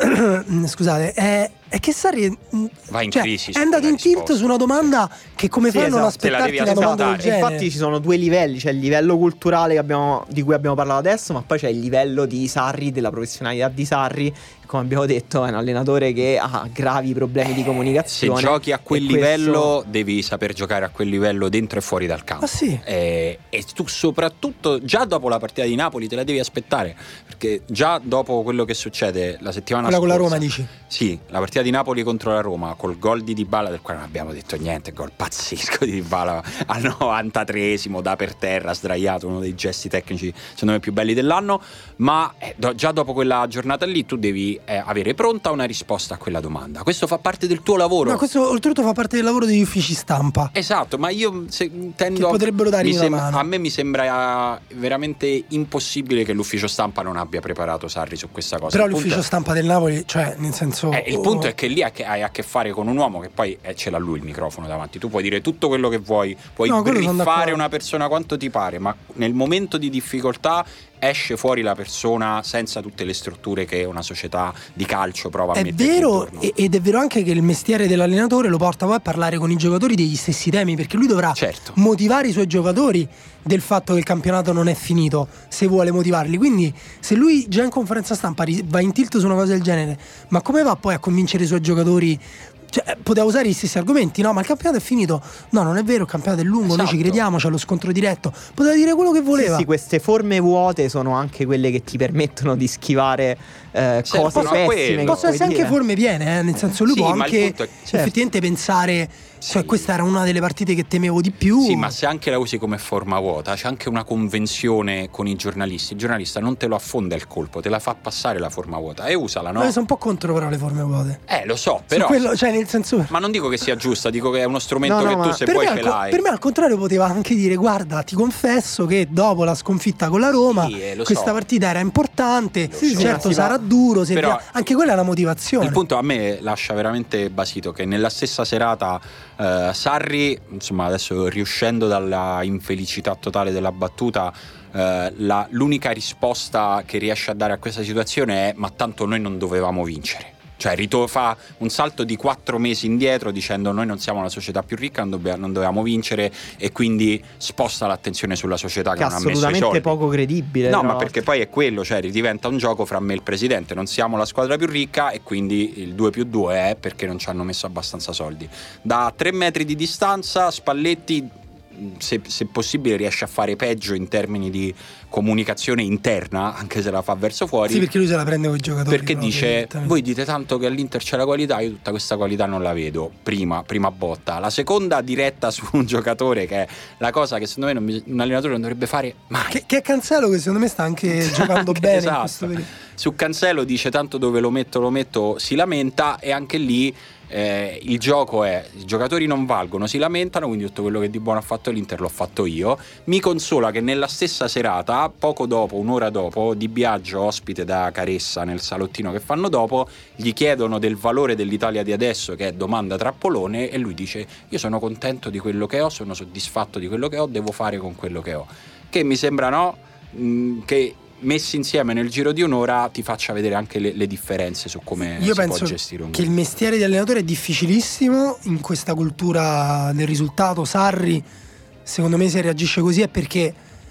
scusate, è, è che Sarri Va in cioè, crisi è su andato quella in tilt risposta. su una domanda che come Sì, fai a non esatto, te la aspettarti devi una domanda del aspettare. genere? Infatti ci sono due livelli, c'è il livello culturale che abbiamo, di cui abbiamo parlato adesso, ma poi c'è il livello di Sarri, della professionalità di Sarri. Come abbiamo detto, è un allenatore che ha gravi problemi di Se comunicazione. giochi a quel e questo- livello devi saper giocare a quel livello dentro e fuori dal campo. Ah, sì? e, e tu soprattutto già dopo la partita di Napoli te la devi aspettare, perché già dopo quello che succede la settimana Quella con scorsa, la Roma, dici? Sì, la partita di Napoli contro la Roma col gol di Dybala, del quale non abbiamo detto niente, gol pazzesco di Dybala al novantatreesimo da per terra sdraiato, uno dei gesti tecnici secondo me più belli dell'anno. Ma eh, do- già dopo quella giornata lì tu devi eh, avere pronta una risposta a quella domanda. Questo fa parte del tuo lavoro. No, questo oltretutto fa parte del lavoro degli uffici stampa. Esatto, ma io se, tendo Che a- potrebbero dargli mi una mano. A me mi sembra veramente impossibile che l'ufficio stampa non abbia preparato Sarri su questa cosa. Però Il l'ufficio punto è- stampa del Napoli, cioè nel senso eh, il punto è che lì hai che- hai a che fare con un uomo che poi eh, ce l'ha lui il microfono davanti. Tu puoi dire tutto quello che vuoi, puoi No, quello sono briffare d'accordo. una persona quanto ti pare, ma nel momento di difficoltà esce fuori la persona senza tutte le strutture che una società di calcio prova a è mettere vero, intorno. e- ed è vero anche che il mestiere dell'allenatore lo porta poi a parlare con i giocatori degli stessi temi, perché lui dovrà Certo. motivare i suoi giocatori del fatto che il campionato non è finito, se vuole motivarli. Quindi se lui già in conferenza stampa ri- va in tilt su una cosa del genere, ma come va poi a convincere i suoi giocatori? Cioè, poteva usare gli stessi argomenti, no, ma il campionato è finito, no, non è vero, il campionato è lungo, noi ci Esatto. crediamo, c'è lo scontro diretto, poteva dire quello che voleva. Sì, sì, queste forme vuote sono anche quelle che ti permettono di schivare eh, Sì, cose no, pessime. quello. che Possono puoi essere anche dire. forme piene, eh? Nel senso lui Sì, può ma il anche punto è- certo. effettivamente pensare, cioè Sì. questa era una delle partite che temevo di più. Sì, ma se anche la usi come forma vuota, c'è anche una convenzione con i giornalisti. Il giornalista non te lo affonda il colpo, te la fa passare la forma vuota e usala, no? Ma io sono un po' contro però le forme vuote. Eh, lo so, Su però. quello, cioè nel senso, Ma non dico che sia giusta, dico che è uno strumento No, no, che ma tu se per, vuoi me ce al, co- l'hai. per me al contrario poteva anche dire: guarda, ti confesso che dopo la sconfitta con la Roma Sì, eh, lo questa so. partita era importante, Sì, sì, certo ma si sarà va- duro, se Però- via- anche quella è una motivazione. Il punto a me lascia veramente basito che nella stessa serata eh, Sarri, insomma adesso riuscendo dalla infelicità totale della battuta, eh, la- l'unica risposta che riesce a dare a questa situazione è: ma tanto noi non dovevamo vincere. Cioè rito- fa un salto di quattro mesi indietro dicendo noi non siamo la società più ricca, non, dobbia- non dovevamo vincere, e quindi sposta l'attenzione sulla società che, Che è non ha messo i assolutamente soldi. poco credibile. No, tra ma perché l'altro. poi è quello, cioè diventa un gioco fra me e il presidente, non siamo la squadra più ricca e quindi il due più due è perché non ci hanno messo abbastanza soldi. Da tre metri di distanza Spalletti, se, se possibile, riesce a fare peggio in termini di comunicazione interna, anche se la fa verso fuori. Sì, perché lui se la prende con i giocatori. Perché proprio, dice: direttamente. voi dite tanto che all'Inter c'è la qualità, io tutta questa qualità non la vedo. Prima, prima botta. La seconda diretta su un giocatore, che è la cosa che secondo me non mi- un allenatore non dovrebbe fare mai. Che, che è Cancelo, che secondo me sta anche giocando Anche- bene in esatto. questo periodo. Su Cancelo dice: tanto dove lo metto lo metto, si lamenta, e anche lì eh, il gioco è: i giocatori non valgono, si lamentano, quindi tutto quello che di buono ha fatto l'Inter l'ho fatto io. Mi consola che nella stessa serata, poco dopo, un'ora dopo, Di Biagio, ospite da Caressa nel salottino che fanno dopo, gli chiedono del valore dell'Italia di adesso, che è domanda trappolone, e lui dice: io sono contento di quello che ho, sono soddisfatto di quello che ho, devo fare con quello che ho. Che mi sembra, no, mh, che messi insieme nel giro di un'ora ti faccia vedere anche le, le differenze su come Io si penso può gestire un che il gruppo. mestiere di allenatore è difficilissimo in questa cultura del risultato. Sarri, secondo me, se reagisce così è perché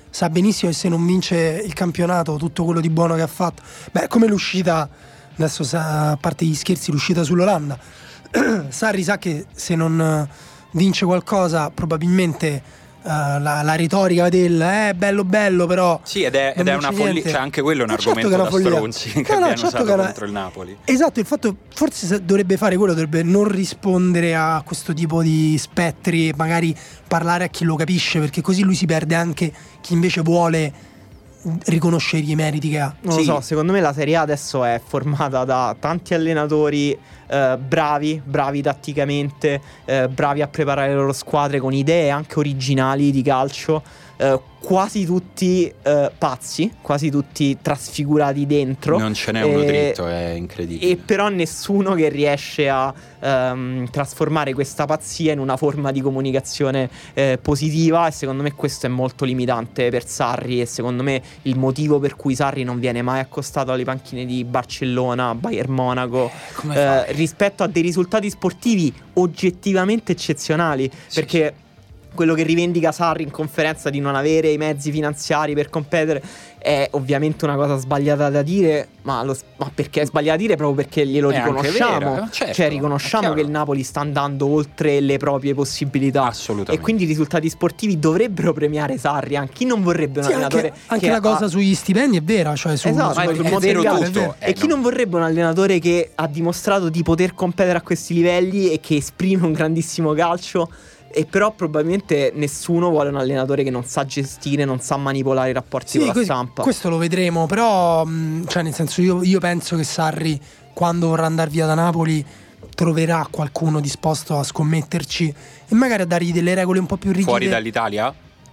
sa benissimo che se non vince il campionato tutto quello di buono che ha fatto, beh, come l'uscita adesso sa, a parte gli scherzi, l'uscita sull'Olanda, Sarri sa che se non vince qualcosa probabilmente uh, la, la retorica del è eh, bello bello però sì, ed è, ed è una follia, cioè anche quello è un eh argomento certo da stronzi che no, no, certo usato che contro il Napoli. Esatto, il fatto forse dovrebbe fare quello, dovrebbe non rispondere a questo tipo di spettri, magari parlare a chi lo capisce, perché così lui si perde anche chi invece vuole riconoscere i meriti che ha. Non sì. lo so, secondo me la Serie A adesso è formata da tanti allenatori eh, bravi, bravi tatticamente, eh, bravi a preparare le loro squadre con idee anche originali di calcio, eh, quasi tutti eh, pazzi, quasi tutti trasfigurati dentro. Non ce n'è uno dritto, è incredibile. E però nessuno che riesce a ehm, trasformare questa pazzia in una forma di comunicazione eh, positiva, e secondo me questo è molto limitante per Sarri, e secondo me il motivo per cui Sarri non viene mai accostato alle panchine di Barcellona, Bayern Monaco, eh, rispetto a dei risultati sportivi oggettivamente eccezionali, sì, perché sì. Quello che rivendica Sarri in conferenza di non avere i mezzi finanziari per competere è ovviamente una cosa sbagliata da dire, ma, lo, ma perché è sbagliata da dire proprio perché glielo è riconosciamo, certo, cioè riconosciamo che il Napoli sta andando oltre le proprie possibilità, assolutamente, e quindi i risultati sportivi dovrebbero premiare Sarri. Anche chi non vorrebbe un sì, allenatore anche, anche la cosa ha... sugli stipendi è vera, cioè su, esatto, su, sul è vero tutto, e chi non vorrebbe un allenatore che ha dimostrato di poter competere a questi livelli e che esprime un grandissimo calcio. E però probabilmente nessuno vuole un allenatore che non sa gestire, non sa manipolare i rapporti sì, con la questo, stampa. Questo lo vedremo, però cioè nel senso io, io penso che Sarri, quando vorrà andare via da Napoli, troverà qualcuno disposto a scommetterci e magari a dargli delle regole un po' più rigide. Fuori dall'Italia?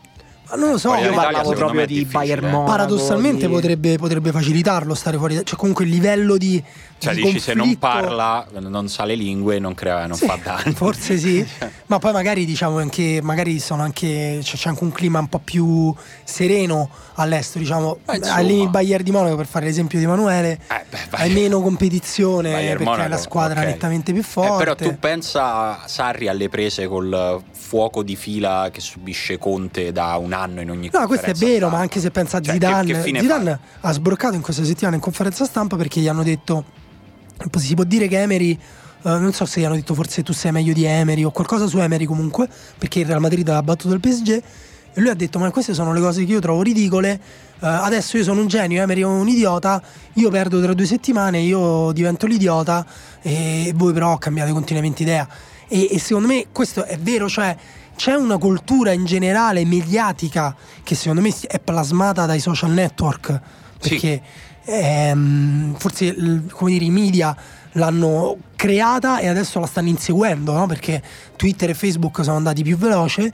Ma non lo so, io parlavo proprio di Bayern Monaco. Paradossalmente di... potrebbe, potrebbe facilitarlo stare fuori, cioè comunque il livello di cioè di dici conflitto... se non parla, non sa le lingue, non crea, non sì, fa danni. Forse sì, ma poi magari diciamo anche magari sono anche cioè, c'è anche un clima un po' più sereno all'estero, diciamo il Bayern di Monaco, per fare l'esempio di Emanuele, eh, beh, hai meno competizione Bayern perché Monaco, è la squadra okay. nettamente più forte. Eh, però tu pensa Sarri alle prese col fuoco di fila che subisce Conte da un anno in ogni no, questo è vero, stampa. Ma anche se pensa a cioè, Zidane, che, che Zidane ha sbroccato in questa settimana in conferenza stampa perché gli hanno detto, si può dire che Emery, uh, non so se gli hanno detto forse tu sei meglio di Emery o qualcosa su Emery comunque, perché il Real Madrid ha battuto il P S G, e lui ha detto ma queste sono le cose che io trovo ridicole, uh, adesso io sono un genio, Emery è un idiota, io perdo tra due settimane, io divento l'idiota e voi però cambiate continuamente idea. E, e secondo me questo è vero, cioè c'è una cultura in generale mediatica che secondo me è plasmata dai social network, perché sì. ehm, forse come dire i media l'hanno creata e adesso la stanno inseguendo, no? Perché Twitter e Facebook sono andati più veloce,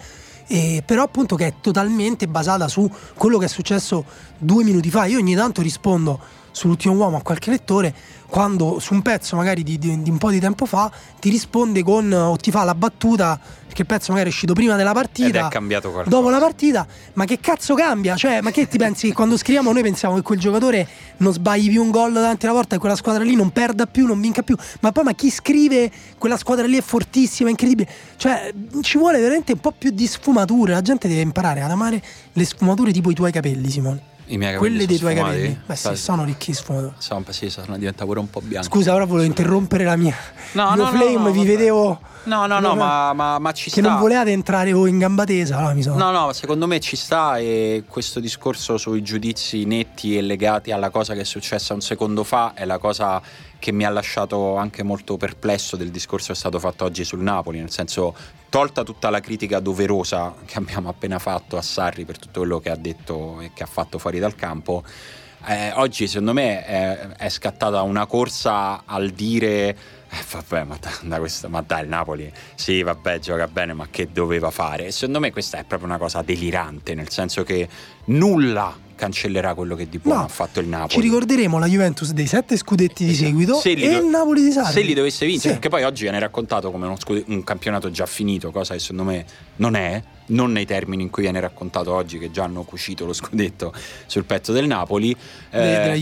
e però appunto che è totalmente basata su quello che è successo due minuti fa. Io ogni tanto rispondo sull'ultimo uomo a qualche lettore quando su un pezzo magari di, di, di un po' di tempo fa ti risponde con o ti fa la battuta perché il pezzo magari è uscito prima della partita ed è cambiato qualcosa dopo la partita, ma che cazzo cambia? Cioè, ma che ti pensi che quando scriviamo noi pensiamo che quel giocatore non sbagli più un gol davanti alla porta e quella squadra lì non perda più, non vinca più, ma poi ma chi scrive quella squadra lì è fortissima, è incredibile, cioè ci vuole veramente un po' più di sfumature, la gente deve imparare ad amare le sfumature tipo i tuoi capelli, Simone. I miei quelle dei tuoi sfumati? capelli, beh sì, sono ricchi sfumatori. Sono, sì, sono diventa pure un po' bianco. Scusa, ora volevo interrompere la mia no, mio no, flame, no, no, vi vabbè. vedevo. No, no, no, ma, ma, ma ci che sta. non volevate entrare voi in gamba tesa, allora mi sono... No, no, secondo me ci sta, e questo discorso sui giudizi netti e legati alla cosa che è successa un secondo fa è la cosa che mi ha lasciato anche molto perplesso del discorso che è stato fatto oggi sul Napoli, nel senso, tolta tutta la critica doverosa che abbiamo appena fatto a Sarri per tutto quello che ha detto e che ha fatto fuori dal campo, eh, oggi secondo me è, è scattata una corsa al dire eh, vabbè, ma, da questo, ma dai, il Napoli sì, vabbè, gioca bene, ma che doveva fare? E secondo me questa è proprio una cosa delirante, nel senso che nulla cancellerà quello che di buono no, ha fatto il Napoli. Ci ricorderemo la Juventus dei sette scudetti di seguito se e do- il Napoli di Sarri se li dovesse vincere, sì. Perché poi oggi viene raccontato come uno scud- un campionato già finito, cosa che secondo me non è, non nei termini in cui viene raccontato oggi, che già hanno cucito lo scudetto sul petto del Napoli, De- eh, della Juve.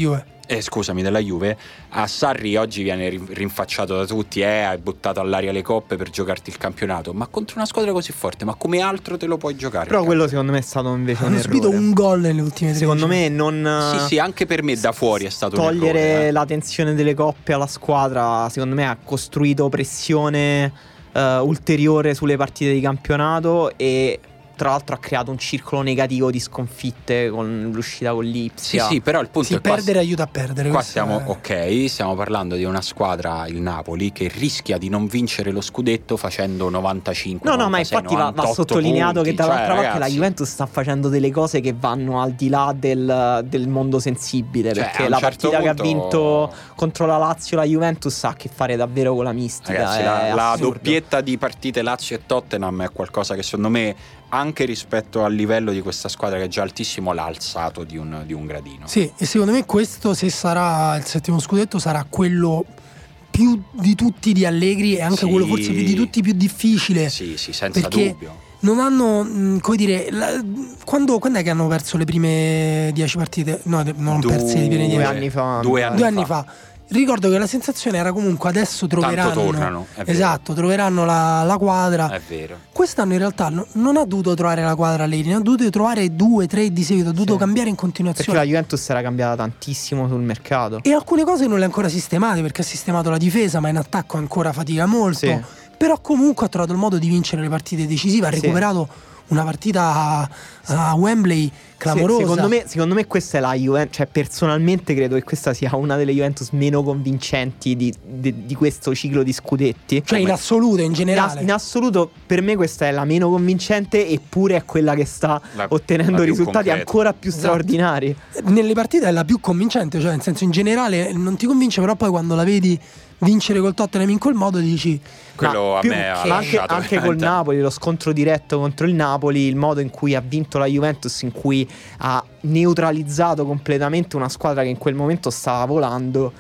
Eh, scusami, della Juve. A Sarri oggi viene rinfacciato da tutti, eh, hai buttato all'aria le coppe per giocarti il campionato, ma contro una squadra così forte, ma come altro te lo puoi giocare? Però quello secondo me è stato invece un Hanno errore. subito un gol nelle ultime tre. Secondo me non... Sì, sì, anche per me da fuori è stato togliere un errore, eh. la tensione delle coppe alla squadra, secondo me ha costruito pressione uh, ulteriore sulle partite di campionato e tra l'altro ha creato un circolo negativo di sconfitte con l'uscita con l'Ipsia. Sì, sì, però il punto sì, è qua, perdere aiuta a perdere. qua questo stiamo, è... ok, stiamo parlando di una squadra, il Napoli, che rischia di non vincere lo scudetto facendo novantacinque No, no, novantasei, ma infatti va, va sottolineato punti. che dall'altra cioè, parte ragazzi, la Juventus sta facendo delle cose che vanno al di là del, del mondo sensibile, Cioè, perché a un la certo partita punto- che ha vinto contro la Lazio la Juventus ha a che fare davvero con la mistica. Ragazzi, è la, la assurdo. doppietta di partite Lazio e Tottenham è qualcosa che secondo me, anche rispetto al livello di questa squadra che è già altissimo, l'ha alzato di un, di un gradino. Sì, e secondo me questo, se sarà il settimo scudetto, sarà quello più di tutti di Allegri e anche Sì. quello forse più di tutti più difficile. Sì, sì, senza perché dubbio. non hanno, mh, come dire, la- quando, quando è che hanno perso le prime dieci partite? No, de- non Due- perse le prime Due dieci. anni fa. Due anni Due anni fa. Ricordo che la sensazione era comunque adesso troveranno, tornano, è vero. esatto, troveranno la, la quadra. È vero. Quest'anno in realtà no- non ha dovuto trovare la quadra Allegri, ne ha dovuto trovare due, tre di seguito, ha dovuto Sì. cambiare in Perché continuazione. la Juventus era cambiata tantissimo sul mercato. E alcune cose non le ha ancora sistemate, perché ha sistemato la difesa, ma in attacco ancora fatica molto. Sì. Però comunque ha trovato il modo di vincere le partite decisive, ha Sì. recuperato una partita a, a Wembley clamorosa. Sì, secondo me, secondo me questa è la Juventus, cioè personalmente credo che questa sia una delle Juventus meno convincenti di, di, di questo ciclo di scudetti. Cioè in assoluto, in In, generale. ass- in assoluto per me questa è la meno convincente, eppure è quella che sta La- ottenendo la più risultati concreta. ancora più Esatto. straordinari. Nelle partite è la più convincente, cioè nel senso, in generale non ti convince, però poi quando la vedi vincere col Tottenham in quel modo dici Quello ma a più me ha che- Ma anche, lasciato anche col veramente- Napoli, lo scontro diretto contro il Napoli, il modo in cui ha vinto la Juventus, in cui ha neutralizzato completamente una squadra che in quel momento stava volando,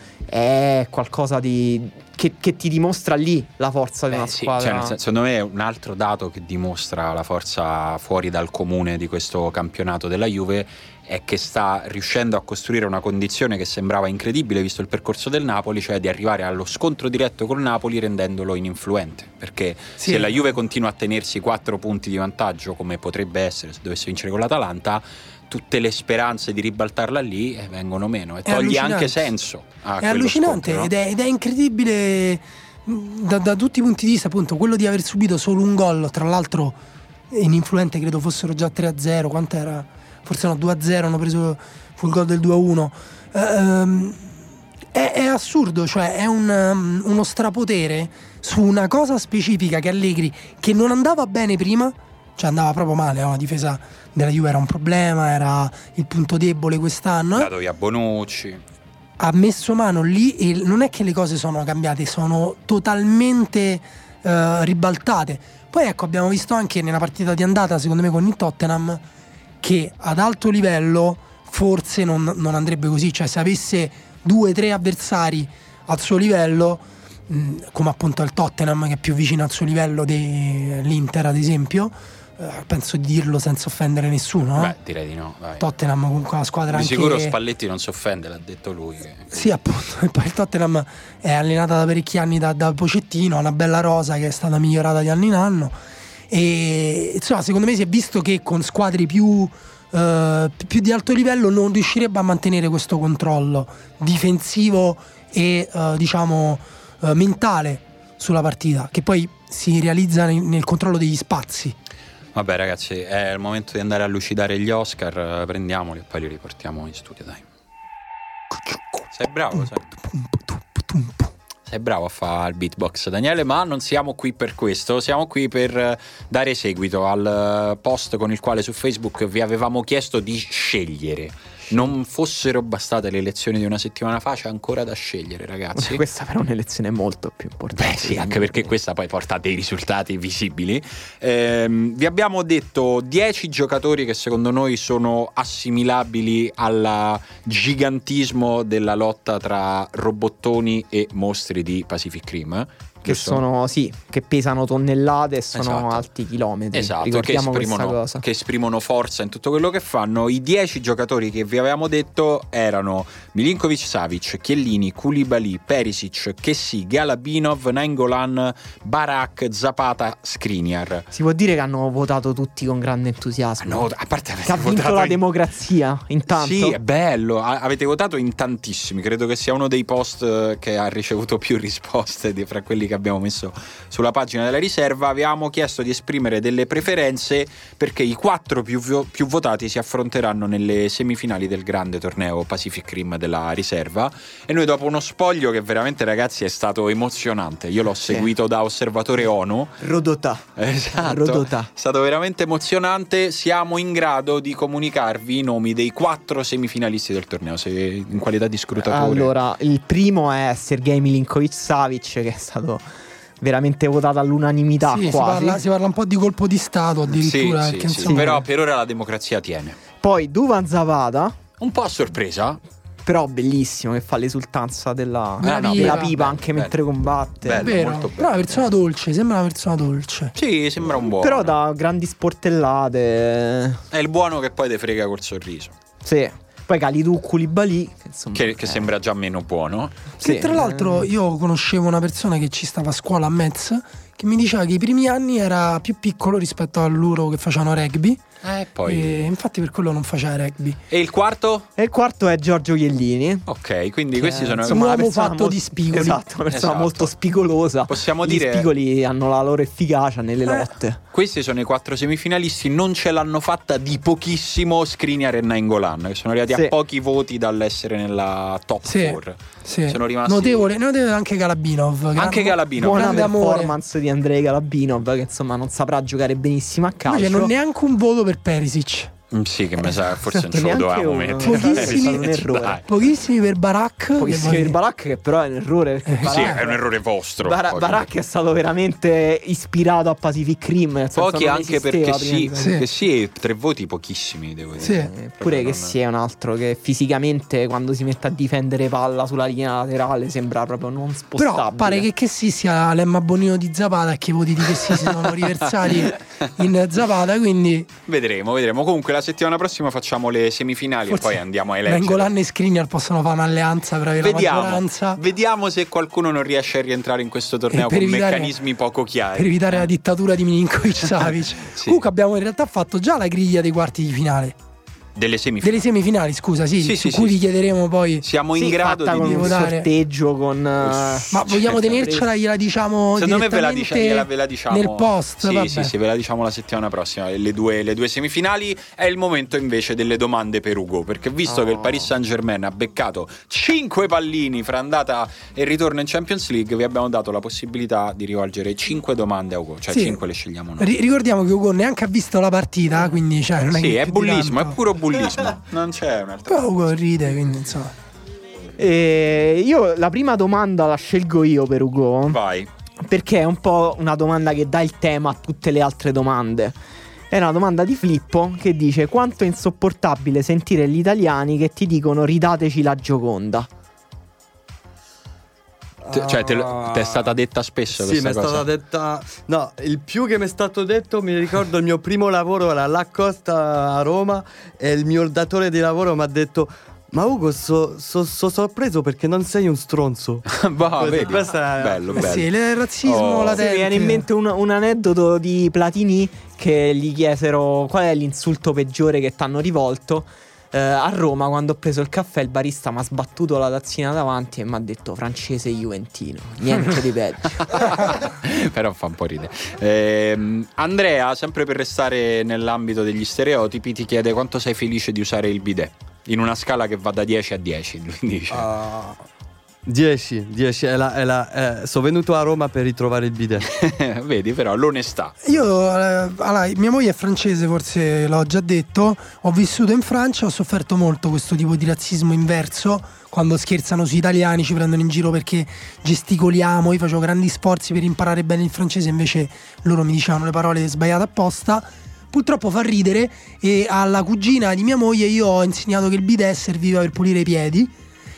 è qualcosa di che, che ti dimostra lì la forza di Eh, una sì, squadra. cioè, nel senso, secondo me è un altro dato che dimostra la forza fuori dal comune di questo campionato della Juve, è che sta riuscendo a costruire una condizione che sembrava incredibile visto il percorso del Napoli, cioè di arrivare allo scontro diretto col Napoli rendendolo ininfluente, perché Sì. se la Juve continua a tenersi quattro punti di vantaggio, come potrebbe essere se dovesse vincere con l'Atalanta, tutte le speranze di ribaltarla lì eh, vengono meno e È toglie allucinante. anche senso a È quello allucinante scontro, no? ed, è, ed è incredibile mh, da, da tutti i punti di vista, appunto, quello di aver subito solo un gol, tra l'altro ininfluente, credo fossero già tre a zero, quant'era? Forse no, due a zero, hanno preso fu il gol del due a uno. Ehm, è, è assurdo, cioè è un, um, uno strapotere su una cosa specifica che Allegri, che non andava bene prima, cioè andava proprio male, no? La difesa della Juve era un problema, era il punto debole quest'anno, eh? Dato via Bonucci. Ha messo mano lì e non è che le cose sono cambiate, sono totalmente eh, ribaltate. Poi ecco, abbiamo visto anche nella partita di andata, secondo me con il Tottenham, che ad alto livello forse non, non andrebbe così, cioè se avesse due o tre avversari al suo livello, mh, come appunto il Tottenham, che è più vicino al suo livello dell'Inter ad esempio, eh, penso di dirlo senza offendere nessuno, no? Beh, direi di no, vai. Tottenham comunque una squadra Di anche... sicuro Spalletti non si offende, l'ha detto lui. che- Sì, appunto. E poi il Tottenham è allenata da parecchi anni da, da Pochettino, ha una bella rosa che è stata migliorata di anno in anno. E insomma, secondo me si è visto che con squadre più, eh, più di alto livello non riuscirebbe a mantenere questo controllo difensivo e eh, diciamo eh, mentale sulla partita, che poi si realizza nel, nel controllo degli spazi. Vabbè ragazzi, è il momento di andare a lucidare gli Oscar, prendiamoli e poi li riportiamo in studio, dai. Sei bravo, sai? Sei bravo a fare il beatbox, Daniele, ma non siamo qui per questo, siamo qui per dare seguito al post con il quale su Facebook vi avevamo chiesto di scegliere. Non fossero bastate le elezioni di una settimana fa, c'è ancora da scegliere, ragazzi. Questa però è un'elezione molto più importante. Beh sì, anche perché questa poi porta a dei risultati visibili. Ehm, vi abbiamo detto dieci giocatori che secondo noi sono assimilabili al gigantismo della lotta tra robottoni e mostri di Pacific Rim. che giusto? sono sì, che pesano tonnellate e sono Esatto. alti chilometri. Esatto, che Ricordiamo questa esprimono, cosa. che esprimono forza in tutto quello che fanno. I dieci giocatori che vi avevamo detto erano Milinkovic, Savic, Chiellini, Koulibaly, Perisic, Kessie, Galabinov, Nainggolan, Barak, Zapata, Skriniar. Si può dire che hanno votato tutti con grande entusiasmo. No, a parte avete che ha vinto votato la in- democrazia intanto. Sì, è bello. A- avete votato in tantissimi. Credo che sia uno dei post eh, che ha ricevuto più risposte di, fra quelli che abbiamo messo sulla pagina della riserva. Avevamo chiesto di esprimere delle preferenze perché i quattro più, vo- più votati si affronteranno nelle semifinali del grande torneo Pacific Rim della riserva. E noi, dopo uno spoglio che veramente, ragazzi, è stato emozionante. Io l'ho Sì. seguito da osservatore ONU. Rodotà. Esatto, Rodotà. è stato veramente emozionante. Siamo in grado di comunicarvi i nomi dei quattro semifinalisti del torneo, se in qualità di scrutatore. Allora, il primo è Sergej Milinkovic-Savic, che è stato veramente votato all'unanimità Sì, si quasi. parla, si parla un po' di colpo di stato addirittura. sì, perché, sì, sì, insomma, però per ora la democrazia tiene. Poi Duvan Zapata, Un po' a sorpresa. però bellissimo, che fa l'esultanza della, Della Eh, no, pipa. della bello, pipa bello, anche bello. mentre combatte. Bello. è vero, molto bello. però è una persona dolce, sembra una persona dolce. Sì, sembra un buono. Però da grandi sportellate. È il buono che poi te frega col sorriso. Sì. Poi Kalidou Koulibaly, che insomma, Che, che eh, sembra già meno buono. sì. Che tra l'altro io conoscevo una persona che ci stava a scuola a Metz che mi diceva che i primi anni era più piccolo rispetto a loro che facevano rugby. Eh, poi. E infatti per quello non faceva rugby. E il quarto? E il quarto è Giorgio Chiellini. Ok, quindi che questi è, sono. insomma, un una uomo persona fatto molto- di spigoli. Esatto, una persona Esatto. molto spigolosa. Possiamo Gli dire- spigoli hanno la loro efficacia nelle Eh. lotte. Questi sono i quattro semifinalisti. Non ce l'hanno fatta di pochissimo Skriniar e Nainggolan, che sono arrivati Sì. a pochi voti dall'essere nella top Sì. quattro. Sì. Sono rimasti- Notevole, notevole anche Galabinov. Anche Galabinov. Buona grande amore. performance di Andrei Galabinov, che insomma non saprà giocare benissimo a calcio. Invece non neanche un voto per Perisic. Mm, sì, che mi sa forse non ce lo Neanche dovevamo uno. mettere. Pochissimi- Eh, sì, un errore. dai. Pochissimi per Barak. Pochissimi che per Barak, che però è un errore. perché Sì, Barak- è un errore vostro. Bara- Poi. Barak è stato veramente ispirato a Pacific Rim. nel senso Pochi non anche esisteva perché prima sì, di- Sì. che sì, tre voti pochissimi, devo dire. Sì. Eh, Pure che sia un altro che fisicamente quando si mette a difendere palla sulla linea laterale sembra proprio non spostabile. Però pare che che sì sia l'Emma Bonino di Zapata e che i voti di che sì si sono riversati in Zapata, quindi Vedremo, vedremo. Comunque la settimana prossima facciamo le semifinali e forse poi andiamo a eleggere. Nainggolan e Skriniar possono fare un'alleanza per avere la Vediamo, maggioranza, vediamo se qualcuno non riesce a rientrare in questo torneo E per con evitare- meccanismi poco chiari. per evitare la dittatura di Milinkovic-Savic. Sì. Comunque abbiamo in realtà fatto già la griglia dei quarti di finale, Delle semifinali. delle semifinali, scusa, sì, Sì, su sì, cui sì. vi chiederemo poi. Siamo in Sì, grado fatta di con dire. un votare. sorteggio con eh, Ma vogliamo Certo. tenercela, gliela diciamo Secondo me ve la, direttamente dice- gliela- ve la diciamo nel post, Sì, vabbè. sì, sì, ve la diciamo la settimana prossima. Le due, le due semifinali. È il momento invece delle domande per Ugo, perché visto Oh. che il Paris Saint-Germain ha beccato cinque pallini fra andata e ritorno in Champions League, vi abbiamo dato la possibilità di rivolgere cinque domande a Ugo, cioè Sì. cinque le scegliamo noi. Ri- ricordiamo che Ugo neanche ha visto la partita, quindi cioè, non è Sì, che è più di bullismo, è tanto. puro bullismo. Non c'è un'altra. Però Ugo ride, quindi insomma. eh, io la prima domanda la scelgo io per Ugo, Vai. perché è un po' una domanda che dà il tema a tutte le altre domande. È una domanda di Filippo che dice: quanto è insopportabile sentire gli italiani che ti dicono ridateci la Gioconda. Te- cioè, te, te è stata detta spesso Sì, mi questa è cosa? stata detta. No, il più che mi è stato detto, mi ricordo il mio primo lavoro alla La Costa a Roma e il mio datore di lavoro mi ha detto: ma Ugo, so, so- so sorpreso perché non sei un stronzo. Bah, Questa- vedi? questa è- Bello, Eh bello. sì, il razzismo Oh. Mi latente. viene in mente un, un aneddoto di Platini che gli chiesero qual è l'insulto peggiore che ti hanno rivolto. Eh, a Roma, quando ho preso il caffè, il barista mi ha sbattuto la tazzina davanti e mi ha detto francese juventino, niente di peggio. Però fa un po' ridere. Ehm, Andrea, sempre per restare nell'ambito degli stereotipi, ti chiede quanto sei felice di usare il bidet in una scala che va da dieci a dieci. Lui dice. Ah, dieci, dieci. È la- è la- eh, sono venuto a Roma per ritrovare il bidet. Vedi, però l'onestà. Io, eh, allora, mia moglie è francese, forse l'ho già detto. Ho vissuto in Francia, ho sofferto molto questo tipo di razzismo inverso. Quando scherzano sui italiani, ci prendono in giro perché gesticoliamo. Io facevo grandi sforzi per imparare bene il francese, invece loro mi dicevano le parole sbagliate apposta. Purtroppo fa ridere. E alla cugina di mia moglie io ho insegnato che il bidet serviva per pulire i piedi.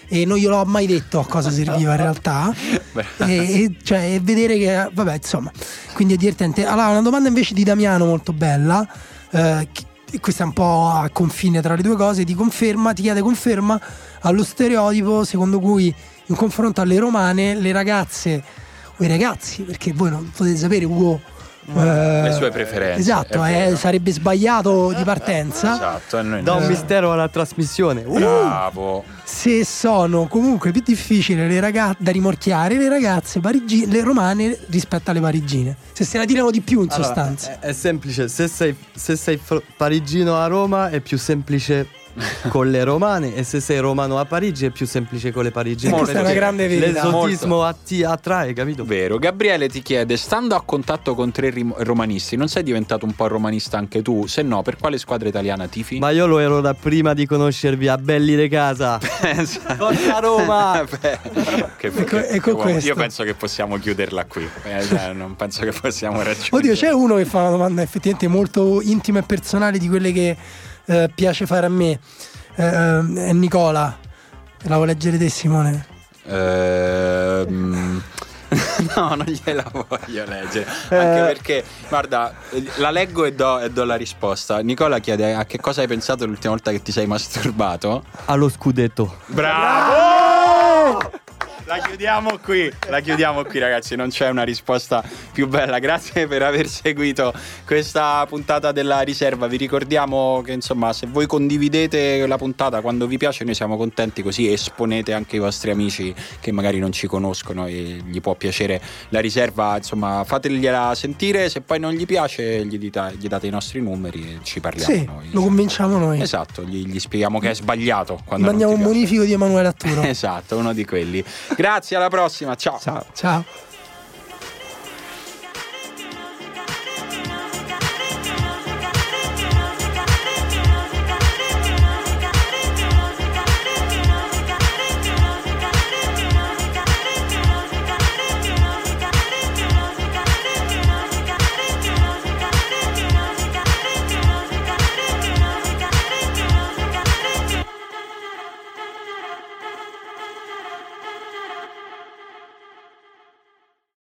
e non glielo ho mai detto a cosa serviva in realtà. e, e, cioè, e vedere che vabbè, insomma, quindi è divertente. Allora, una domanda invece di Damiano molto bella, eh, questa è un po' a confine tra le due cose. Ti conferma, ti chiede conferma allo stereotipo secondo cui in confronto alle romane le ragazze o i ragazzi, perché voi non potete sapere Ugo le uh, sue preferenze, esatto, eh, sarebbe sbagliato di partenza, esatto, e noi da un no. mistero alla trasmissione. Uh! Bravo. Se sono comunque più difficili le ragazze da rimorchiare le ragazze parigine, le romane rispetto alle parigine, se se la tirano di più in allora, sostanza. È, è semplice, se sei, se sei fr- parigino a Roma è più semplice con le romane, e se sei romano a Parigi è più semplice con le parigine. Questa è una grande verità. L'esotismo atti- attrae, capito? Vero. Gabriele ti chiede: stando a contatto con tre rim- romanisti, non sei diventato un po' romanista anche tu? Se no, per quale squadra italiana tifi? Ma io lo ero da prima di conoscervi, a belli de casa. Forza Roma! Beh, che, E co- che- e con che- questo. io penso che possiamo chiuderla qui. Eh, cioè, non penso che possiamo raggiungere. Oddio, c'è uno che fa una domanda effettivamente molto intima e personale, di quelle che eh, piace fare a me. Eh, è Nicola. La vuoi leggere te, Simone? Ehm... No, non gliela voglio leggere. Anche perché, guarda, la leggo e do, e do la risposta. Nicola chiede: a che cosa hai pensato l'ultima volta che ti sei masturbato? Allo scudetto. Bravo! La chiudiamo qui, la chiudiamo qui, ragazzi, non c'è una risposta più bella. Grazie per aver seguito questa puntata della riserva. Vi ricordiamo che, insomma, se voi condividete la puntata quando vi piace, noi siamo contenti, così esponete anche i vostri amici che magari non ci conoscono e gli può piacere la riserva. Insomma, fategliela sentire. Se poi non gli piace, gli, dita, gli date i nostri numeri e ci parliamo Sì, noi. lo convinciamo noi. Esatto, gli, gli spieghiamo che è sbagliato quando Mandiamo non un ti piace. bonifico di Emanuele Atturo. Esatto, uno di quelli. Grazie, alla prossima, ciao. Ciao. Ciao.